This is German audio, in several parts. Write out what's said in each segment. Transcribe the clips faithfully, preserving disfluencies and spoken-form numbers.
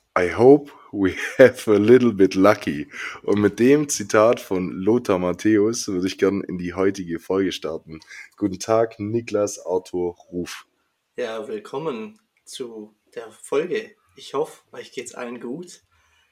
I hope we have a little bit lucky. Und mit dem Zitat von Lothar Matthäus würde ich gerne in die heutige Folge starten. Guten Tag, Niklas Arthur Ruf. Ja, willkommen zu der Folge. Ich hoffe, euch geht's allen gut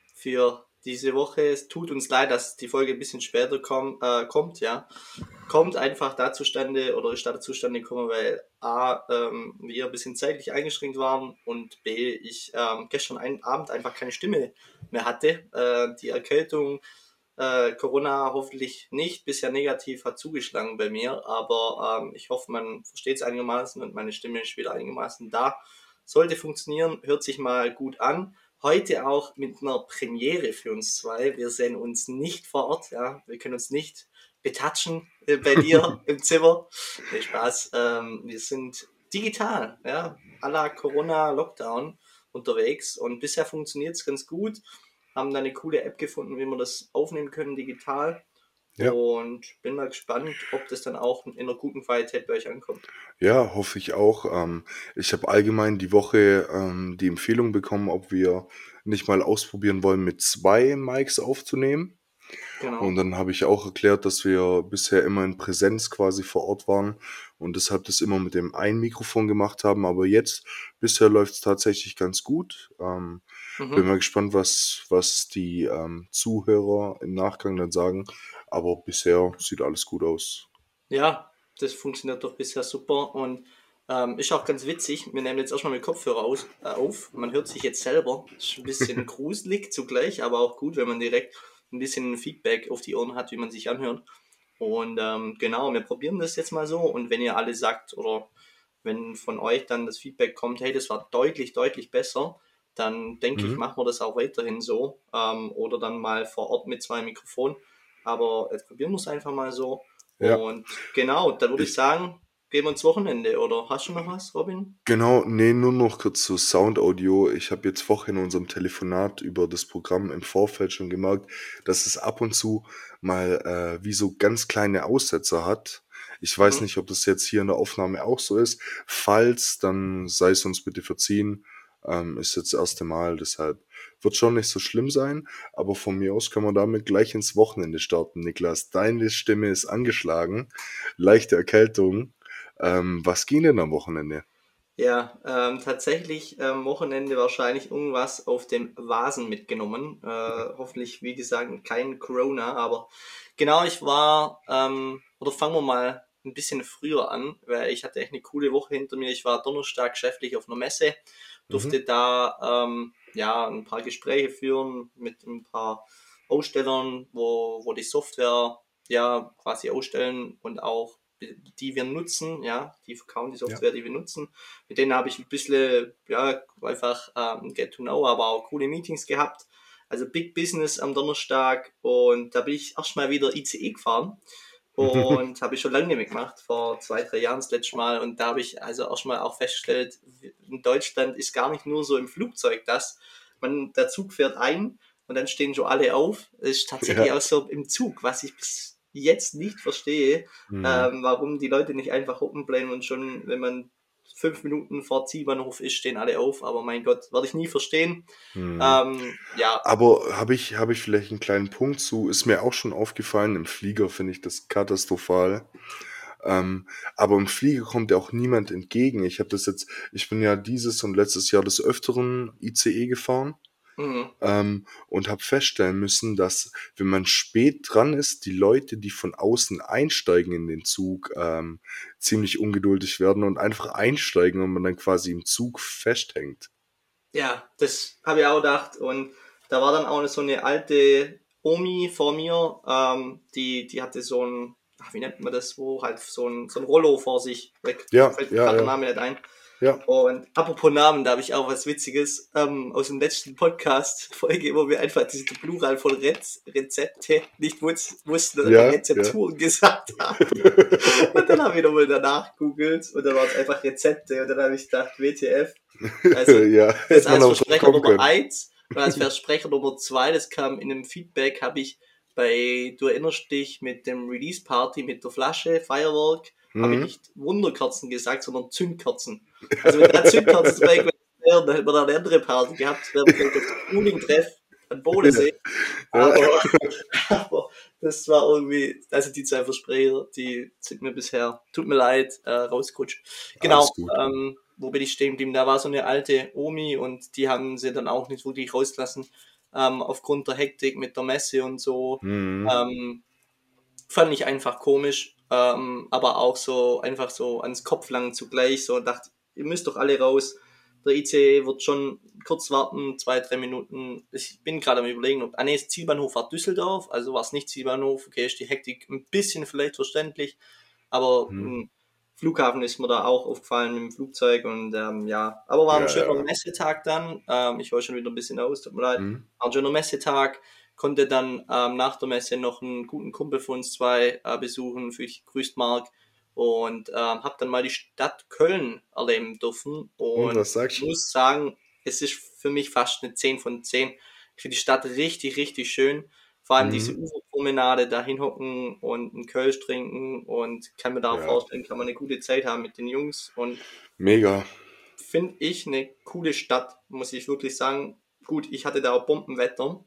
für diese Woche. Es tut uns leid, dass die Folge ein bisschen später komm, äh, kommt, ja. Kommt einfach da zustande oder ist da zustande gekommen, weil A, ähm, wir ein bisschen zeitlich eingeschränkt waren und B, ich ähm, gestern ein, Abend einfach keine Stimme mehr hatte. Äh, die Erkältung, äh, Corona hoffentlich nicht, bisher negativ hat zugeschlagen bei mir, aber ähm, ich hoffe, man versteht es einigermaßen und meine Stimme ist wieder einigermaßen da. Sollte funktionieren, hört sich mal gut an. Heute auch mit einer Premiere für uns zwei. Wir sehen uns nicht vor Ort, ja. Wir können uns nicht betatschen äh, bei dir im Zimmer. Nee, Spaß. Ähm, wir sind digital, ja, à la Corona-Lockdown unterwegs und bisher funktioniert es ganz gut. Haben da eine coole App gefunden, wie wir das aufnehmen können digital Ja, und bin mal gespannt, ob das dann auch in einer guten Qualität bei euch ankommt. ja, hoffe ich auch. Ähm, ich habe allgemein die Woche ähm, die Empfehlung bekommen, ob wir nicht mal ausprobieren wollen, mit zwei Mics aufzunehmen. Und Genau. dann habe ich auch erklärt, dass wir bisher immer in Präsenz quasi vor Ort waren und deshalb das immer mit dem einen Mikrofon gemacht haben. Aber jetzt, bisher läuft es tatsächlich ganz gut. Ähm, bin Mhm. mal gespannt, was, was die ähm, Zuhörer im Nachgang dann sagen. Aber bisher sieht alles gut aus. Ja, das funktioniert doch bisher super und ähm, ist auch ganz witzig. Wir nehmen jetzt erstmal mit Kopfhörer aus, äh, auf. Man hört sich jetzt selber. Ist ein bisschen gruselig zugleich, aber auch gut, wenn man direkt ein bisschen Feedback auf die Ohren hat, wie man sich anhört. Und ähm, genau, wir probieren das jetzt mal so. Und wenn ihr alle sagt oder wenn von euch dann das Feedback kommt, hey, das war deutlich, deutlich besser, dann denke ich, Mhm. machen wir das auch weiterhin so. Ähm, oder dann mal vor Ort mit zwei Mikrofonen. Aber jetzt probieren wir es einfach mal so. Ja, Und genau, dann würde ich ich, sagen, gehen wir ins Wochenende. Oder hast du noch was, Robin? genau, nee, nur noch kurz zu Sound-Audio. Ich habe jetzt vorhin in unserem Telefonat über das Programm im Vorfeld schon gemerkt, dass es ab und zu mal äh, wie so ganz kleine Aussetzer hat. Ich weiß Mhm. nicht, ob das jetzt hier in der Aufnahme auch so ist. Falls, dann sei es uns bitte verziehen. Ähm, ist jetzt das erste Mal, deshalb wird schon nicht so schlimm sein. Aber von mir aus können wir damit gleich ins Wochenende starten, Niklas. Deine Stimme ist angeschlagen, leichte Erkältung. Ähm, was ging denn am Wochenende? Ja, ähm, tatsächlich am Wochenende wahrscheinlich irgendwas auf dem Vasen mitgenommen. Äh, hoffentlich, wie gesagt, kein Corona, aber genau, ich war, ähm, oder fangen wir mal ein bisschen früher an, weil ich hatte echt eine coole Woche hinter mir. Ich war Donnerstag geschäftlich auf einer Messe, Mhm. durfte da ähm, ja ein paar Gespräche führen mit ein paar Ausstellern, wo, wo die Software ja quasi ausstellen und auch die wir nutzen, ja, die verkaufen die Ja. Software, die wir nutzen. Mit denen habe ich ein bisschen, ja, einfach ähm, Get to Know, aber auch coole Meetings gehabt. Also Big Business am Donnerstag und da bin ich erstmal wieder I C E gefahren und habe ich schon lange nicht mehr gemacht, vor zwei, drei Jahren das letzte Mal und da habe ich also erstmal auch festgestellt, in Deutschland ist gar nicht nur so im Flugzeug das, man, der Zug fährt ein und dann stehen schon alle auf. Es ist tatsächlich Ja. auch so im Zug, was ich bis jetzt nicht verstehe, Mhm. ähm, warum die Leute nicht einfach hocken bleiben und schon, wenn man fünf Minuten vor Zielbahnhof ist, stehen alle auf. Aber mein Gott, werde ich nie verstehen. Mhm. Ähm, ja, Aber habe ich habe ich vielleicht einen kleinen Punkt zu, ist mir auch schon aufgefallen, im Flieger finde ich das katastrophal. Ähm, aber im Flieger kommt ja auch niemand entgegen. Ich habe das jetzt ich bin ja dieses und letztes Jahr des Öfteren I C E gefahren. mhm. Ähm, und habe feststellen müssen, dass, wenn man spät dran ist, die Leute, die von außen einsteigen in den Zug, ähm, ziemlich ungeduldig werden und einfach einsteigen und man dann quasi im Zug festhängt. Ja, das habe ich auch gedacht. Und da war dann auch so eine alte Omi vor mir, ähm, die, die hatte so ein, ach, wie nennt man das, wo halt so ein, so ein Rollo vor sich. Weg, Ja, fällt mir ja, gerade der ja, Name nicht ein. ja. Und apropos Namen, da habe ich auch was Witziges ähm, aus dem letzten Podcast-Folge, wo wir einfach diese Plural von Rez Rezepte nicht wus wussten und einfach Ja, ja. Rezepturen gesagt haben. Und dann habe ich nochmal danach gegoogelt und dann waren es einfach Rezepte und dann habe ich gedacht, W T F. Also Ja, das hätte man als auch drauf Versprecher kommen Nummer können. eins und als Versprecher Nummer zwei, das kam in einem Feedback, habe ich bei, du erinnerst dich, mit dem Release Party mit der Flasche, Firework, habe ich Mhm. nicht Wunderkerzen gesagt, sondern Zündkerzen. Also wenn da Zündkerzen dabei gewesen werden, dann hätten wir da eine andere Party gehabt. Das wäre vielleicht das Frühling-Treff an Bodensee. Ja. Aber, aber das war irgendwie, also die zwei Versprecher, die sind mir bisher, tut mir leid, äh, rausgerutscht. Genau, Alles gut. ähm, wo bin ich stehen geblieben? Da war so eine alte Omi und die haben sie dann auch nicht wirklich rausgelassen, ähm, aufgrund der Hektik mit der Messe und so. Mhm. Ähm, fand ich einfach komisch, ähm, aber auch so einfach so ans Kopflangen zugleich. So dachte, ihr müsst doch alle raus. Der I C E wird schon kurz warten, zwei, drei Minuten. Ich bin gerade am Überlegen, ob. Ah, nee, das Zielbahnhof war Düsseldorf, also war es nicht Zielbahnhof. Okay, ist die Hektik ein bisschen vielleicht verständlich, aber Mhm. ein Flughafen ist mir da auch aufgefallen mit dem Flugzeug und ähm, ja, aber war ein Ja, schöner ja. Messetag dann. Ähm, ich war schon wieder ein bisschen aus, tut mir leid. Mhm. War ein schöner Messetag. Konnte dann ähm, nach der Messe noch einen guten Kumpel von uns zwei äh, besuchen, für ich grüßt Marc, und ähm, habe dann mal die Stadt Köln erleben dürfen Und und was sagst du? muss sagen, es ist für mich fast eine zehn von zehn. Ich finde die Stadt richtig, richtig schön. Vor allem diese Mhm. Uferpromenade, da hinhocken und einen Kölsch trinken und kann mir da Ja, vorstellen, kann man eine gute Zeit haben mit den Jungs und mega. finde ich eine coole Stadt, muss ich wirklich sagen. Gut, ich hatte da auch Bombenwetter,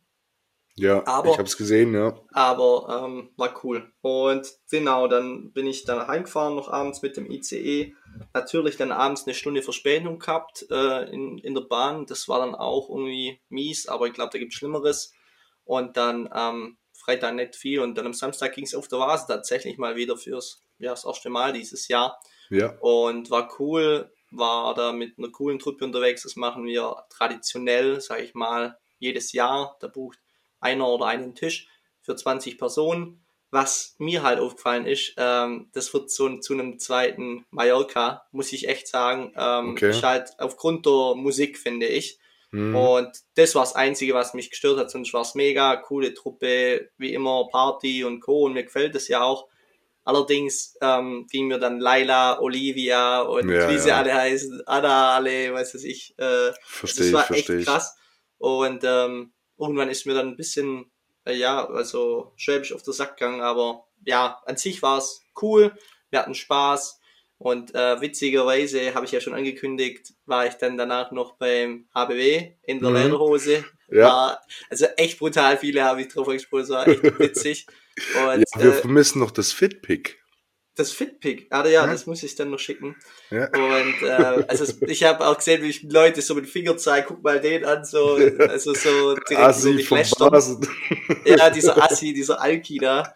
Ja, ich aber hab's gesehen, ja. aber ähm, war cool. Und genau, dann bin ich dann heimgefahren, noch abends mit dem I C E. Natürlich dann abends eine Stunde Verspätung gehabt äh, in, in der Bahn. Das war dann auch irgendwie mies, aber ich glaube, da gibt es Schlimmeres. Und dann ähm, Freitag nicht viel. Und dann am Samstag ging es auf der Vase tatsächlich mal wieder fürs ja, das erste Mal dieses Jahr. Ja. Und war cool, war da mit einer coolen Truppe unterwegs. Das machen wir traditionell, sage ich mal, jedes Jahr. Da bucht einer oder einen Tisch für zwanzig Personen. Was mir halt aufgefallen ist, ähm, das wird so zu einem zweiten Mallorca, muss ich echt sagen. Ähm, Okay. ist halt aufgrund der Musik, finde ich. Mhm. Und das war das Einzige, was mich gestört hat. Sonst war es mega, coole Truppe, wie immer Party und Co. Und mir gefällt das ja auch. Allerdings ähm, ging mir dann Laila, Olivia und Ja, wie sie ja. alle heißen, Anna, alle, weiß was ich. Äh, also es Verstehe ich, war echt verstehe ich. krass. Und ähm, irgendwann ist mir dann ein bisschen, äh, ja, also schwäbisch auf den Sack gegangen. Aber ja, an sich war es cool. Wir hatten Spaß. Und äh, witzigerweise, habe ich ja schon angekündigt, war ich dann danach noch beim H B W in der Mhm. Lederhose. Ja. War, also echt brutal viele habe ich drauf angesprochen, es war echt witzig. Ja, Und wir äh, vermissen noch das Fitpick. das Fitpick, ah ja, Ja. das muss ich dann noch schicken. Ja. Und äh, also es- ich habe auch gesehen, wie Leute so mit dem Finger zeigen, guck mal den an, so, also so direkt über Assi mich vom lästern. Basen. Ja, dieser Assi, dieser Alki da.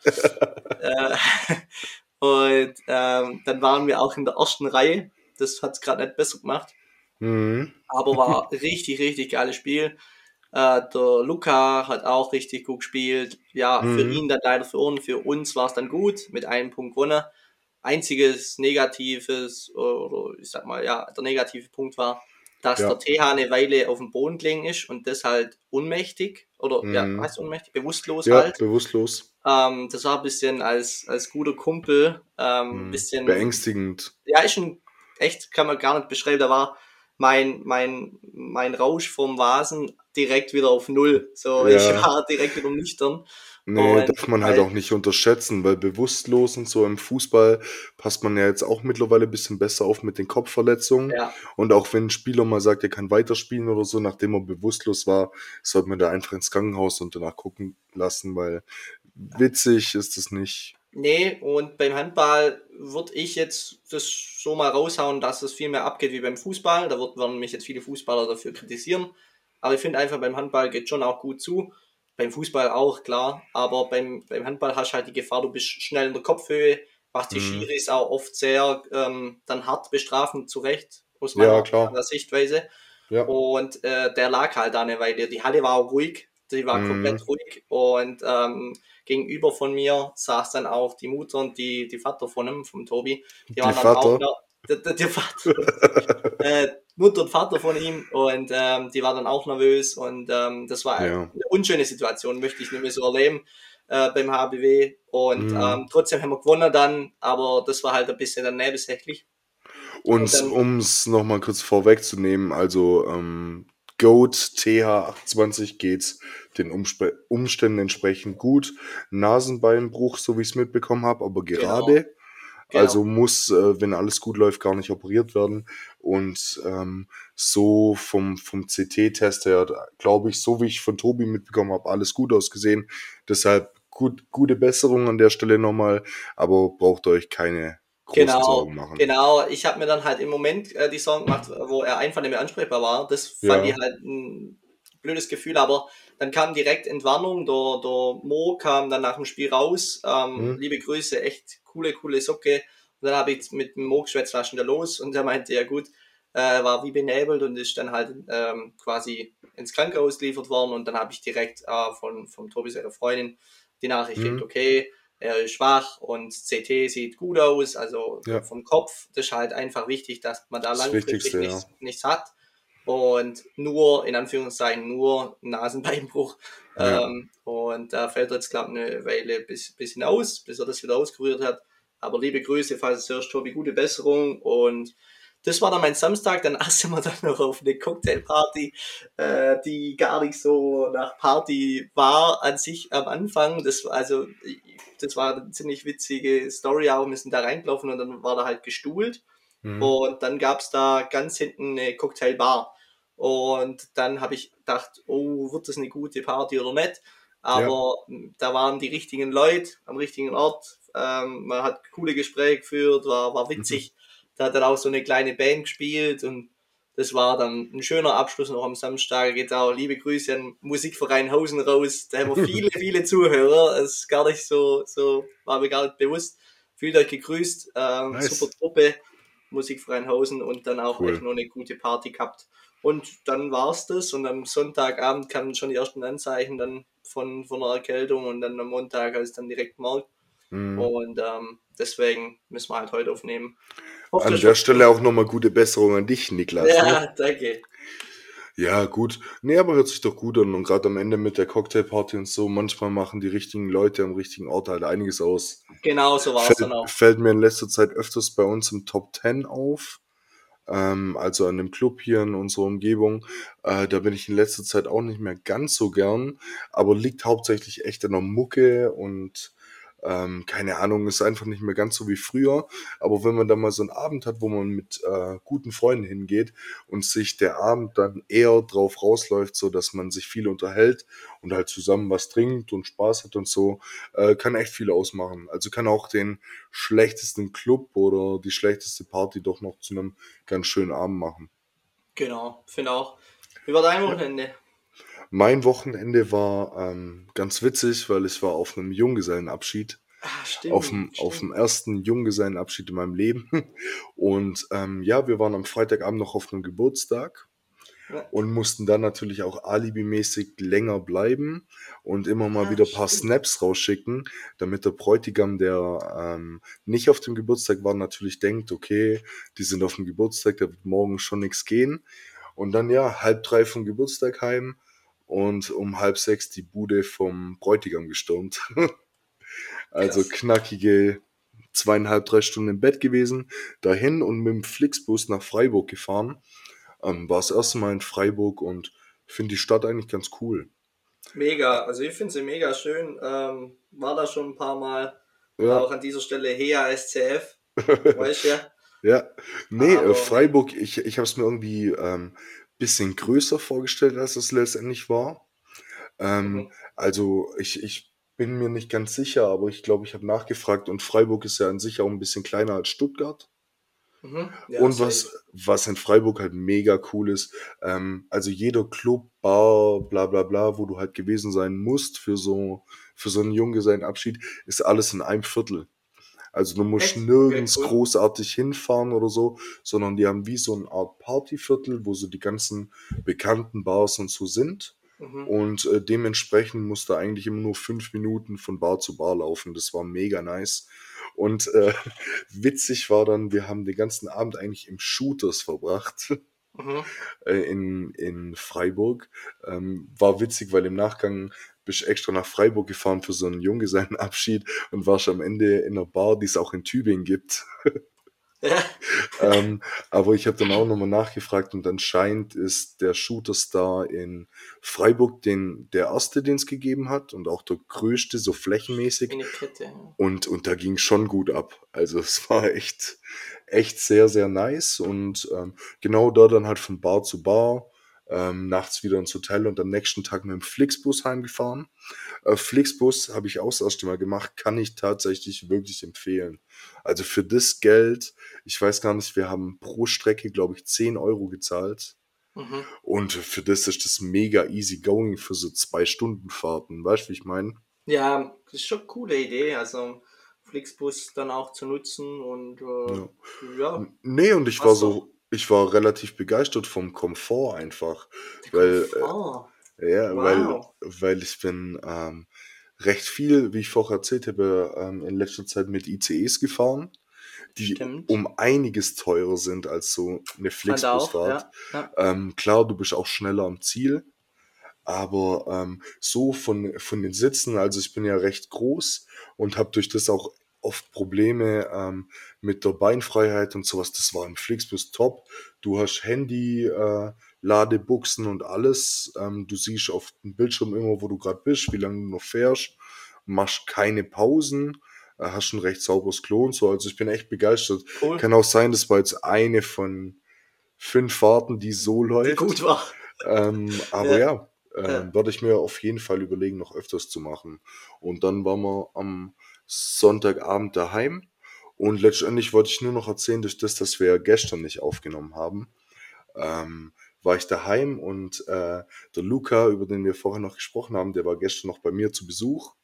Äh, und ähm, dann waren wir auch in der ersten Reihe. Das hat es gerade nicht besser gemacht. Mhm. Aber war richtig, richtig geiles Spiel. Äh, der Luca hat auch richtig gut gespielt. Ja, für Mhm. ihn dann leider für uns. Für uns war es dann gut, mit einem Punkt gewonnen. Einziges Negatives, oder ich sag mal, ja, der negative Punkt war, dass Ja. der T H eine Weile auf dem Boden gelegen ist und das halt ohnmächtig, oder ja, Mhm. heißt ohnmächtig, bewusstlos Ja, halt. bewusstlos. Ähm, das war ein bisschen als, als guter Kumpel, ähm, Mhm. bisschen, Beängstigend. ja, ist schon echt, kann man gar nicht beschreiben. Da war mein, mein, mein Rausch vom Vasen direkt wieder auf Null. So, ich Ja. war direkt wieder nüchtern. Nee, Und darf man halt halt, auch nicht unterschätzen, weil bewusstlos und so im Fußball passt man ja jetzt auch mittlerweile ein bisschen besser auf mit den Kopfverletzungen. ja, Und auch wenn ein Spieler mal sagt, er kann weiterspielen oder so, nachdem er bewusstlos war, sollte man da einfach ins Krankenhaus und danach gucken lassen, weil witzig ist es nicht. nee, und beim Handball würde ich jetzt das so mal raushauen, dass es viel mehr abgeht wie beim Fußball. Da wird, werden mich jetzt viele Fußballer dafür kritisieren. Aber ich finde einfach, beim Handball geht schon auch gut zu. Beim Fußball auch, klar. Aber beim, beim Handball hast du halt die Gefahr, du bist schnell in der Kopfhöhe, was die Mhm. Schiris auch oft sehr ähm, dann hart bestrafen, zu Recht, aus Ja, meiner, klar. meiner Sichtweise. Ja. Und äh, der lag halt da eine Weile. Die Halle war auch ruhig, die war Mhm. komplett ruhig. Und ähm, gegenüber von mir saß dann auch die Mutter und die, die Vater von ihm, vom Tobi. Die Die waren dann auch Vater. noch, der, der, der Vater, äh, Mutter und Vater von ihm, und ähm, die war dann auch nervös, und ähm, das war eine Ja. unschöne Situation, möchte ich nicht mehr so erleben äh, beim H B W. Und Mhm. ähm, trotzdem haben wir gewonnen dann, aber das war halt ein bisschen dann nebensächlich. Und Und dann, um es nochmal kurz vorwegzunehmen, also ähm, Goat T H achtundzwanzig geht's den Umspe Umständen entsprechend gut. Nasenbeinbruch, so wie ich es mitbekommen habe, aber genau, gerade. Also Genau. muss, äh, wenn alles gut läuft, gar nicht operiert werden. Und ähm, so vom, vom C T-Test her, glaube ich, so wie ich von Tobi mitbekommen habe, alles gut ausgesehen. Deshalb gut, gute Besserung an der Stelle nochmal, aber braucht euch keine großen Genau, Sorgen machen. genau. Ich habe mir dann halt im Moment äh, die Sorgen gemacht, wo er einfach nicht mehr ansprechbar war. Das fand ich Ja. halt ein blödes Gefühl, aber dann kam direkt Entwarnung. Der, der Mo kam dann nach dem Spiel raus. Ähm, Hm? liebe Grüße, echt coole, coole Socke. Und dann habe ich mit dem Mo geschwätzt, was ist denn da los? Und er meinte, ja gut, äh, war wie benebelt und ist dann halt ähm, quasi ins Krankenhaus geliefert worden. Und dann habe ich direkt äh, von, von Tobi, seiner Freundin, die Nachricht Hm? gekriegt, okay, er ist schwach und C T sieht gut aus, also Ja, vom Kopf. Das ist halt einfach wichtig, dass man da das langfristig Wichtigste, ja. nichts, nichts hat und nur, in Anführungszeichen, nur Nasenbeinbruch. Ja, Ähm, und da fällt er jetzt, glaube ich, eine Weile bis, bisschen aus, bis er das wieder auskuriert hat. Aber liebe Grüße, falls du hörst, Tobi, gute Besserung. Und das war dann mein Samstag. Dann sind wir dann noch auf eine Cocktailparty, äh, die gar nicht so nach Party war an sich am Anfang. Das war also, das war eine ziemlich witzige Story auch. Wir sind da reingelaufen und dann war da halt gestuhlt. hm? Und dann gab's da ganz hinten eine Cocktailbar. Und dann habe ich gedacht, oh, wird das eine gute Party oder nicht? Ja, Aber mm, da waren die richtigen Leute am richtigen Ort. Ähm, man hat coole Gespräche geführt, war, war mhm. witzig. Da hat dann auch so eine kleine Band gespielt und das war dann ein schöner Abschluss noch am Samstag. Geht auch liebe Grüße an Musikverein Hausen raus. Da haben wir viele, viele Zuhörer. Es ist gar nicht so, so, war mir gar nicht bewusst. Fühlt euch gegrüßt. Ähm, super Nice. Truppe. Musikverein Hausen und dann auch echt Cool. nur eine gute Party gehabt. Und dann war's das und am Sonntagabend kamen schon die ersten Anzeichen dann von, von einer Erkältung und dann am Montag habe ich es dann direkt gemerkt. Mhm. Und ähm, deswegen müssen wir halt heute aufnehmen. Hofft An euch der was Stelle auch nochmal gute Besserung an dich, Niklas, ne? Ja, danke. Ja, gut. Ne, aber hört sich doch gut an. Und gerade am Ende mit der Cocktailparty und so, manchmal machen die richtigen Leute am richtigen Ort halt einiges aus. Genau so war es dann Fällt, auch. fällt mir in letzter Zeit öfters bei uns im Top Ten auf. Ähm, also an dem Club hier in unserer Umgebung. Äh, da bin ich in letzter Zeit auch nicht mehr ganz so gern, aber liegt hauptsächlich echt an der Mucke und ähm, keine Ahnung, ist einfach nicht mehr ganz so wie früher. Aber wenn man dann mal so einen Abend hat, wo man mit äh, guten Freunden hingeht und sich der Abend dann eher drauf rausläuft, so dass man sich viel unterhält und halt zusammen was trinkt und Spaß hat und so, äh, kann echt viel ausmachen. Also kann auch den schlechtesten Club oder die schlechteste Party doch noch zu einem ganz schönen Abend machen. Genau, finde auch. Wie war dein Ja. Wochenende? Mein Wochenende war ähm, ganz witzig, weil ich war auf einem Junggesellenabschied, Ah, auf stimmt, dem, auf dem stimmt. ersten Junggesellenabschied in meinem Leben. Und ähm, ja, wir waren am Freitagabend noch auf einem Geburtstag Ja. und mussten dann natürlich auch alibimäßig länger bleiben und immer mal Ah, wieder ein paar stimmt. Snaps rausschicken, damit der Bräutigam, der ähm, nicht auf dem Geburtstag war, natürlich denkt, okay, die sind auf dem Geburtstag, da wird morgen schon nichts gehen. Und dann ja, halb drei vom Geburtstag heim und um halb sechs die Bude vom Bräutigam gestürmt. Also Krass. knackige zweieinhalb, drei Stunden im Bett gewesen, dahin und mit dem Flixbus nach Freiburg gefahren. Ähm, war das erste Mal in Freiburg und finde die Stadt eigentlich ganz cool. Mega. Also ich finde sie mega schön. Ähm, war da schon ein paar Mal. Und Ja, auch an dieser Stelle H E A S C F. Weißt du ja. ja. Nee, äh, Aber Freiburg, ich, ich habe es mir irgendwie ähm, bisschen größer vorgestellt, als es letztendlich war. Ähm, mhm, also ich, ich bin mir nicht ganz sicher, aber ich glaube, ich habe nachgefragt und Freiburg ist ja an sich auch ein bisschen kleiner als Stuttgart. mhm, ja, Und safe. was, was in Freiburg halt mega cool ist, ähm, also jeder Club, Bar, bla bla bla, wo du halt gewesen sein musst für so, für so einen Junggesellenabschied, ist alles in einem Viertel. Also du musst Echt? Okay, nirgends cool. großartig hinfahren oder so, sondern die haben wie so eine Art Partyviertel, wo so die ganzen bekannten Bars und so sind. Mhm. Und äh, dementsprechend musste eigentlich immer nur fünf Minuten von Bar zu Bar laufen. Das war mega nice. Und äh, witzig war dann, wir haben den ganzen Abend eigentlich im Shooters verbracht Mhm. äh, in, in Freiburg. Ähm, war witzig, weil im Nachgang bist du extra nach Freiburg gefahren für so einen Junggesellenabschied und warst am Ende in einer Bar, die es auch in Tübingen gibt. Ja. Ähm, aber ich habe dann auch nochmal nachgefragt und anscheinend ist der Shooter Star in Freiburg den, der erste, den es gegeben hat und auch der größte, so Wie flächenmäßig. eine Kette. Ja. Und, und da ging schon gut ab. Also es war echt, echt sehr, sehr nice. Und ähm, genau da dann halt von Bar zu Bar, ähm, nachts wieder ins Hotel und am nächsten Tag mit dem Flixbus heimgefahren. Äh, Flixbus habe ich auch das erste Mal gemacht, kann ich tatsächlich wirklich empfehlen. Also für das Geld, ich weiß gar nicht, wir haben pro Strecke, glaube ich, zehn Euro gezahlt. Mhm. Und für das ist das mega easy going für so zwei Stunden Fahrten. Weißt du, wie ich meine? Ja, das ist schon eine coole Idee, also Flixbus dann auch zu nutzen und Ja. äh, ja, N- Nee, und ich war passt doch. so, ich war relativ begeistert vom Komfort einfach, Der weil, Komfort. äh, ja, weil, Wow. weil ich bin ähm, recht viel, wie ich vorher erzählt habe, ähm, in letzter Zeit mit I C Es gefahren, die Stimmt. um einiges teurer sind als so eine Fand auch, Flixbusfahrt. ja. Ja. Ähm, klar, du bist auch schneller am Ziel, aber ähm, so von, von den Sitzen, also ich bin ja recht groß und habe durch das auch oft Probleme ähm, mit der Beinfreiheit und sowas. Das war im Flixbus top. Du hast Handy, äh, Ladebuchsen und alles. Ähm, du siehst auf dem Bildschirm immer, wo du gerade bist, wie lange du noch fährst. Machst keine Pausen. Äh, hast ein recht sauberes Klo und so. Also ich bin echt begeistert. Cool. Kann auch sein, das war jetzt eine von fünf Fahrten, die so Die gut läuft. war. Ähm, aber Ja. ja, Ja. ähm, werde ich mir auf jeden Fall überlegen, noch öfters zu machen. Und dann waren wir am Sonntagabend daheim. Und letztendlich wollte ich nur noch erzählen, durch das, dass wir gestern nicht aufgenommen haben, ähm, war ich daheim und äh, der Luca, über den wir vorher noch gesprochen haben, der war gestern noch bei mir zu Besuch.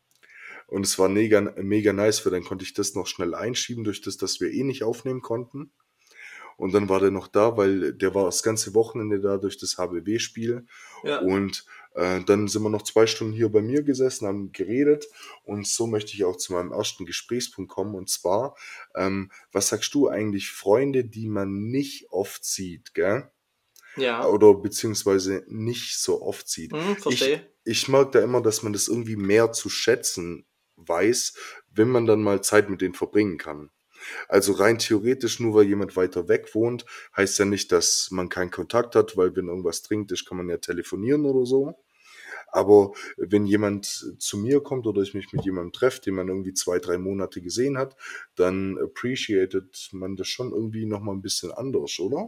Und es war mega, mega nice, weil dann konnte ich das noch schnell einschieben, durch das, dass wir eh nicht aufnehmen konnten. Und dann war der noch da, weil der war das ganze Wochenende da durch das H B W-Spiel. Ja. Und äh, dann sind wir noch zwei Stunden hier bei mir gesessen, haben geredet. Und so möchte ich auch zu meinem ersten Gesprächspunkt kommen. Und zwar, ähm, was sagst du eigentlich, Freunde, die man nicht oft sieht, gell? Ja. Oder beziehungsweise nicht so oft sieht. Hm, Ich, verstehe. ich mag da immer, dass man das irgendwie mehr zu schätzen weiß, wenn man dann mal Zeit mit denen verbringen kann. Also rein theoretisch, nur weil jemand weiter weg wohnt, heißt ja nicht, dass man keinen Kontakt hat, weil wenn irgendwas dringend ist, kann man ja telefonieren oder so. Aber wenn jemand zu mir kommt oder ich mich mit jemandem treffe, den man irgendwie zwei, drei Monate gesehen hat, dann appreciated man das schon irgendwie nochmal ein bisschen anders, oder?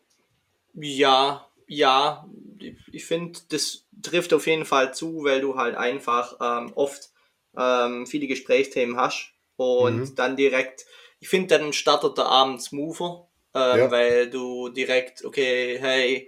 Ja, ja, ich ich finde, das trifft auf jeden Fall zu, weil du halt einfach ähm, oft ähm, viele Gesprächsthemen hast und Mhm. dann direkt, ich finde, dann startet der Abend smoother, ähm, Ja. weil du direkt, okay, hey,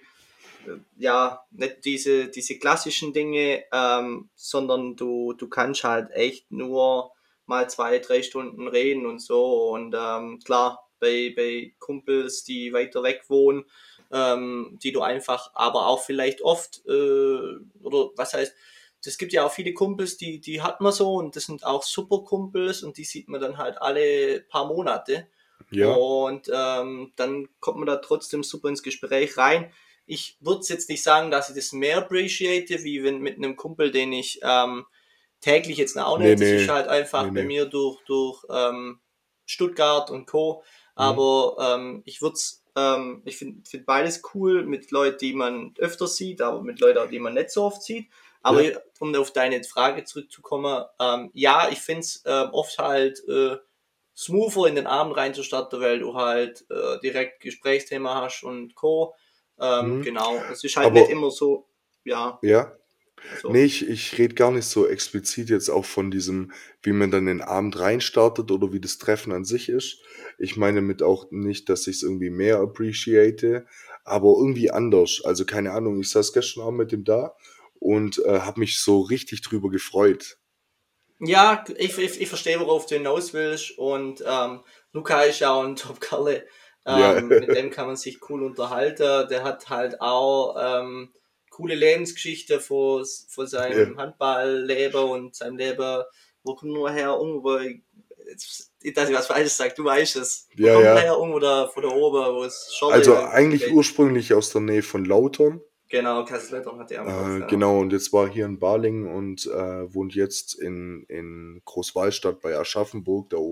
ja, nicht diese, diese klassischen Dinge, ähm, sondern du, du kannst halt echt nur mal zwei, drei Stunden reden und so. Und ähm, klar, bei, bei Kumpels, die weiter weg wohnen, ähm, die du einfach, aber auch vielleicht oft, äh, oder was heißt, es gibt ja auch viele Kumpels, die, die hat man so und das sind auch super Kumpels und die sieht man dann halt alle paar Monate. Ja. Und ähm, dann kommt man da trotzdem super ins Gespräch rein. Ich würde jetzt nicht sagen, dass ich das mehr appreciate, wie wenn mit einem Kumpel, den ich ähm, täglich jetzt auch Nee, nicht. Das ist nee. halt Nee, einfach bei nee. mir durch, durch ähm, Stuttgart und Co. Mhm. Aber ähm, ich würde ähm, ich finde find beides cool mit Leuten, die man öfter sieht, aber mit Leuten, die man nicht so oft sieht. Aber Ja. um auf deine Frage zurückzukommen, ähm, ja, ich finde es ähm, oft halt äh, smoother in den Abend reinzustarten, weil du halt äh, direkt Gesprächsthema hast und Co. Ähm, Mhm. genau, es ist halt nicht Aber immer so, ja, ja. Ne, also, ich ich rede gar nicht so explizit jetzt auch von diesem, wie man dann den Abend reinstartet oder wie das Treffen an sich ist. Ich meine damit auch nicht, dass ich's irgendwie mehr appreciate, aber irgendwie anders. Also, keine Ahnung, ich saß gestern Abend mit dem da und, äh, habe mich so richtig drüber gefreut. ja, ich, ich, ich verstehe, worauf du hinaus willst und ähm, Luca ist ja auch ein Top-Kerle, Ja. ähm, mit dem kann man sich cool unterhalten, der hat halt auch ähm, coole Lebensgeschichte von, von Ja. seinem Handballleben und seinem Leben, wo kommt nur her, irgendwo, jetzt, dass ich was Falsches sage, du weißt es, wo Ja, kommt er ja. her, irgendwo da von da oben, wo es Also, Schorle eigentlich geht. ursprünglich aus der Nähe von Lautern. Genau, Kaiserslautern hat er am Kopf, Äh, ja. genau, und jetzt war hier in Balingen und, äh, wohnt jetzt in in Großwallstadt bei Aschaffenburg da oben.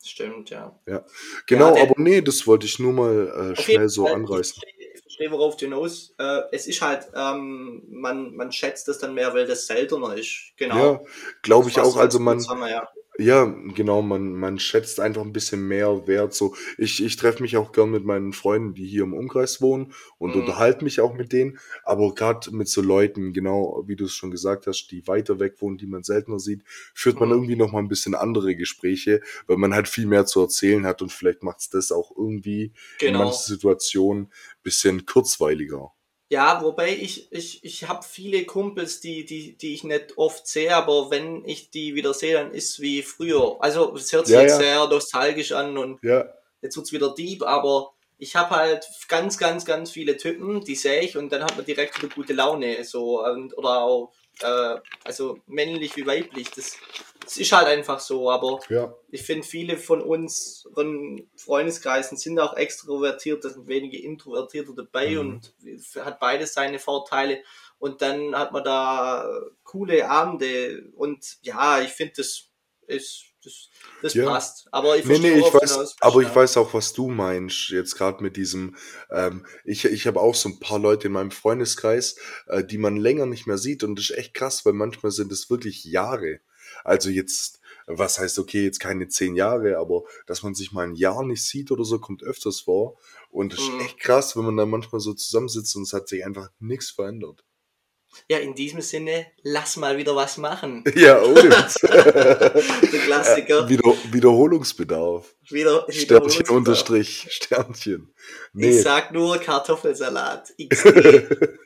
Stimmt, ja. Ja, Ja, genau, der, aber nee, das wollte ich nur mal äh, auf jeden schnell so Fall, ich anreißen. verstehe, ich verstehe worauf du hinaus. Äh, es ist halt, ähm, man, man schätzt das dann mehr, weil das seltener ist. Ja, Genau. glaube Das ich auch. fasst Also ganz gut man, zusammen, ja. ja, genau, man, man schätzt einfach ein bisschen mehr Wert. So, ich, ich treffe mich auch gern mit meinen Freunden, die hier im Umkreis wohnen und Mhm. unterhalte mich auch mit denen. Aber gerade mit so Leuten, genau wie du es schon gesagt hast, die weiter weg wohnen, die man seltener sieht, führt man Mhm. irgendwie noch mal ein bisschen andere Gespräche, weil man halt viel mehr zu erzählen hat und vielleicht macht es das auch irgendwie in manchen Genau. Situationen ein bisschen kurzweiliger. Ja, wobei ich, ich, ich habe viele Kumpels, die, die, die ich nicht oft sehe, aber wenn ich die wieder sehe, dann ist es wie früher. Also es hört sich Ja, jetzt ja, sehr nostalgisch an und ja. jetzt wird's wieder deep, aber ich habe halt ganz, ganz, ganz viele Typen, die sehe ich und dann hat man direkt wieder gute Laune. So, und, oder auch, äh, also männlich wie weiblich. Das, das ist halt einfach so, aber Ja. ich finde, viele von unseren Freundeskreisen sind auch extrovertiert, da sind wenige Introvertierte dabei Mhm. und hat beides seine Vorteile. Und dann hat man da coole Abende und ja, ich finde, das ist, das, das Ja. passt. Aber ich Ne, verstehe, ne, ich worauf du weiß hinaus willst, aber ich ja. weiß auch, was du meinst, jetzt gerade mit diesem ähm, ich ich habe auch so ein paar Leute in meinem Freundeskreis, äh, die man länger nicht mehr sieht und das ist echt krass, weil manchmal sind es wirklich Jahre. Also jetzt was heißt, okay, jetzt keine zehn Jahre, aber dass man sich mal ein Jahr nicht sieht oder so, kommt öfters vor und das ist Mhm. echt krass, wenn man dann manchmal so zusammensitzt und es hat sich einfach nichts verändert. Ja, in diesem Sinne, lass mal wieder was machen. Ja, ohne Witz. Der Äh, Klassiker. Wieder Wiederholungsbedarf. Wieder, Sternchen Wiederholungsbedarf. unterstrich Sternchen. Ich Ne. sag nur Kartoffelsalat. X D.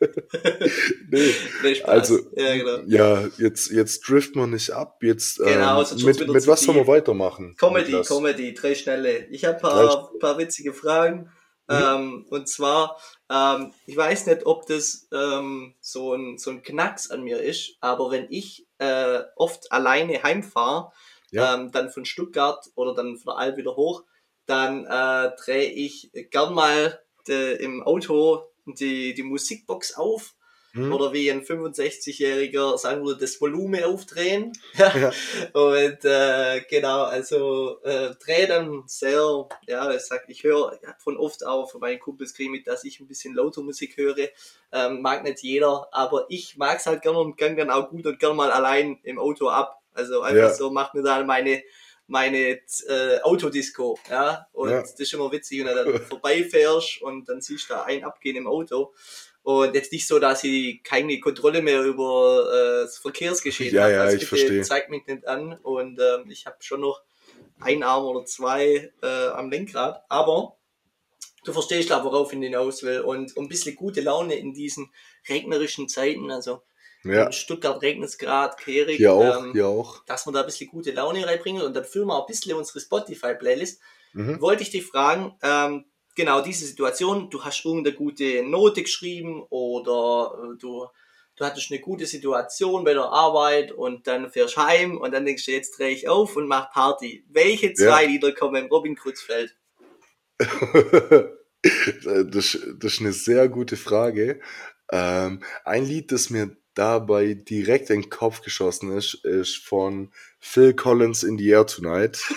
Ne, Ne, also, Spaß. Ja, hm, genau. ja, jetzt jetzt driften wir nicht ab. Jetzt, Genau, ähm, sonst wird's mit wieder mit zu was sollen wir tief. weitermachen, Comedy, Niklas? Comedy, drei schnelle. Ich habe Drei paar, paar witzige Fragen. mhm, Ähm, und zwar, ähm, ich weiß nicht, ob das ähm, so, ein, so ein Knacks an mir ist, aber wenn ich äh, oft alleine heimfahre, ja, ähm, dann von Stuttgart oder dann von der Alp wieder hoch, dann äh, drehe ich gern mal de, im Auto die, die Musikbox auf mhm, oder wie ein fünfundsechzigjähriger sagen würde, das Volumen aufdrehen. Ja. ja, Und äh, genau, also äh, drehe dann sehr, ja, ich sag, ich höre von oft auch von meinen Kumpels kriege ich mit, dass ich ein bisschen lauter Musik höre. Ähm, mag nicht jeder, aber ich mag es halt gerne und gang dann auch gut und gern mal allein im Auto ab. Also einfach ja, so macht mir dann meine meine äh, Autodisco, ja, und ja. das ist immer witzig, wenn du dann vorbeifährst und dann siehst du da ein abgehen im Auto und jetzt nicht so, dass ich keine Kontrolle mehr über äh, das Verkehrsgeschehen Ja, habe. ja, Also ich bitte verstehe. zeigt mich nicht an und ähm, ich habe schon noch einen Arm oder zwei äh, am Lenkrad, aber du verstehst, glaube worauf ich hinaus will und, und ein bisschen gute Laune in diesen regnerischen Zeiten, also in Ja, Stuttgart regnet es gerade kehrig, hier auch, ähm, hier auch. dass wir da ein bisschen gute Laune reinbringen und dann füllen wir auch ein bisschen unsere Spotify-Playlist. Mhm, Wollte ich dich fragen, ähm, genau diese Situation, du hast irgendeine gute Note geschrieben oder äh, du, du hattest eine gute Situation bei der Arbeit und dann fährst heim und dann denkst du, jetzt drehe ich auf und mach Party. Welche zwei ja. Lieder kommen im Robin Kreuzfeld? Äh, das das ist 'ne sehr gute Frage. Ähm, ein Lied, das mir dabei direkt in 'n Kopf geschossen ist, ist von Phil Collins „In the Air Tonight".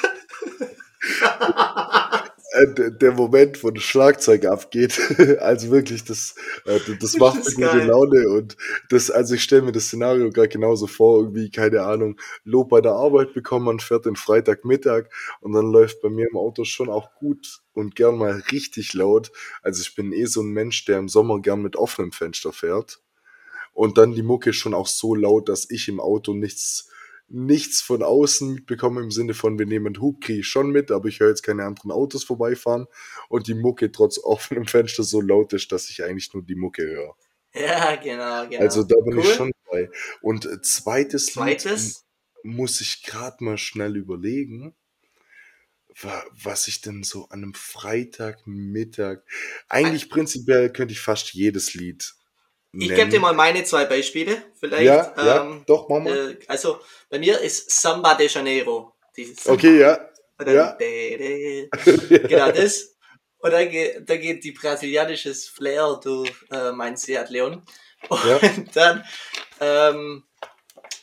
Äh, d der Moment, wo das Schlagzeug abgeht, also wirklich, das äh, d das Das macht mir ist gute geil. Laune und das also, ich stelle mir das Szenario grad genauso vor, irgendwie, keine Ahnung, Lob bei der Arbeit bekommen, man fährt den Freitagmittag und dann läuft bei mir im Auto schon auch gut und gern mal richtig laut. Also, ich bin eh so 'n Mensch, der im Sommer gern mit offenem Fenster fährt. Und dann die Mucke schon auch so laut, dass ich im Auto nichts nichts von außen mitbekomme im Sinne von, wenn jemand hupt, kriege ich schon mit, aber ich höre jetzt keine anderen Autos vorbeifahren und die Mucke trotz offenem Fenster so laut ist, dass ich eigentlich nur die Mucke höre. Ja, genau, Also, genau. da bin ich Cool. schon dabei. Und, äh, zweites Lied m Zweites. muss ich grad mal schnell überlegen, wa was ich denn so an 'nem Freitagmittag Äh, eigentlich prinzipiell könnte ich fast jedes Lied Ich gebe dir nennen. mal meine zwei Beispiele. Vielleicht, Ja, ja, ähm, doch, mach mal. äh, also bei mir ist Samba de Janeiro. Dieses Okay, Samba. ja. Und dann, Ja. de, de. Genau Ja. das. Und dann geht, da geht die brasilianisches Flair durch äh, mein Seat Leon. Ja. Und dann, ähm,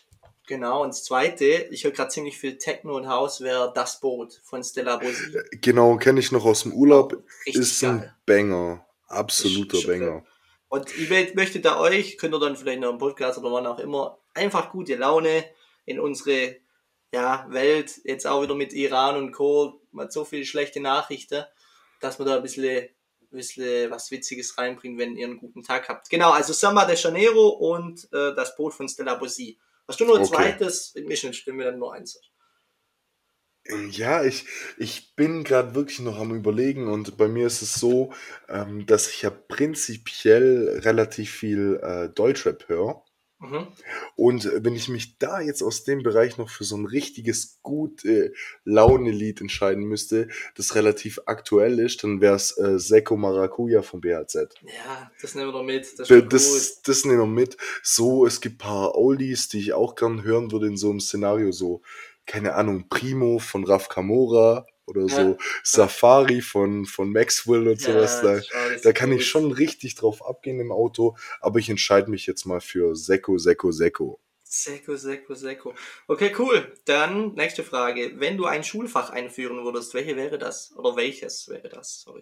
Genau, und das zweite, ich höre gerade ziemlich viel Techno und House, wäre Das Boot von Stella Bosi. Genau, kenne ich noch aus dem Auch Urlaub. richtig Ist ein geil. Banger. Ist Absoluter schon fett. Banger. Und ich will- möchte da euch, könnt ihr dann vielleicht noch im Podcast oder wann auch immer, einfach gute Laune in unsere ja, Welt, jetzt auch wieder mit Iran und Co. Man hat so viele schlechte Nachrichten, dass man da ein bisschen, ein bisschen was Witziges reinbringt, wenn ihr einen guten Tag habt. Genau, also Samba de Janeiro und äh, Das Boot von Stella Bosi. Hast du noch ein Okay. zweites? Mir stimmen wir dann nur eins. Ja, ich, ich bin gerade wirklich noch am Überlegen und bei mir ist es so, ähm, dass ich ja prinzipiell relativ viel äh, Deutschrap höre. Mhm. Und äh, wenn ich mich da jetzt aus dem Bereich noch für so ein richtiges gute Laune-Lied entscheiden müsste, das relativ aktuell ist, dann wäre es äh, Secco Maracuja von B H Z. Ja, das nehmen wir doch mit, das ist D- schon gut. Das, das nehmen wir mit. So, es gibt ein paar Oldies, die ich auch gern hören würde in so einem Szenario, so, keine Ahnung, Primo von Raf Kamora oder so Ja, ja, Safari von, von Maxwell und sowas. ja, das Da, ist auch da richtig kann ich gut. schon richtig drauf abgehen im Auto, aber ich entscheide mich jetzt mal für Secco, Secco, Secco. Seko, Seko, Seko. Okay, cool. Dann nächste Frage. Wenn du ein Schulfach einführen würdest, welche wäre das? Oder welches wäre das? Sorry.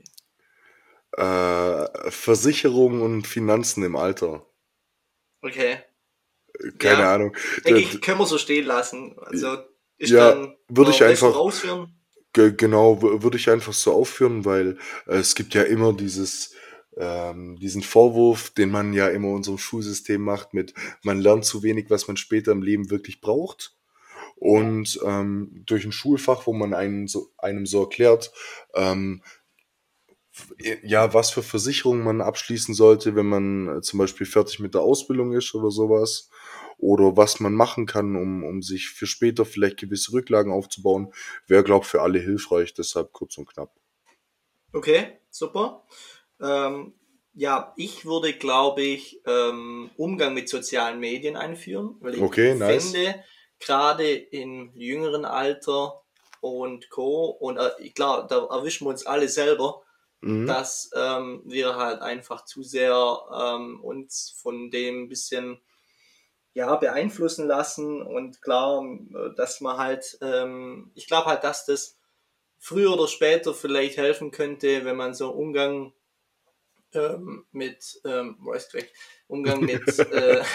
Äh, Versicherung und Finanzen im Alter. Okay. Keine Ja, Ahnung. denke D- d- ich, können wir so stehen lassen. Also ist Ja, dann, würde ich oder willst du noch einfach, ausführen? ge- genau, w- würde ich einfach so aufführen, weil äh, es gibt ja immer dieses, ähm, diesen Vorwurf, den man ja immer unserem Schulsystem macht, mit man lernt zu wenig, was man später im Leben wirklich braucht. Ja. Und ähm, durch ein Schulfach, wo man einen so, einem so erklärt, ähm, ja, was für Versicherungen man abschließen sollte, wenn man äh, zum Beispiel fertig mit der Ausbildung ist oder sowas. Oder was man machen kann, um, um sich für später vielleicht gewisse Rücklagen aufzubauen, wäre, glaube ich, für alle hilfreich. Deshalb kurz und knapp. Okay, super. Ähm, ja, ich würde, glaube ich, ähm, Umgang mit sozialen Medien einführen, weil ich Okay, nice. finde, gerade im jüngeren Alter und Co. Und äh, klar, da erwischen wir uns alle selber, Mhm. dass ähm, wir halt einfach zu sehr ähm, uns von dem bisschen ja, beeinflussen lassen und klar, äh, dass man halt, ähm, ich glaube halt, dass das früher oder später vielleicht helfen könnte, wenn man so Umgang ähm, mit, ähm, Voice Crack, Umgang mit, äh,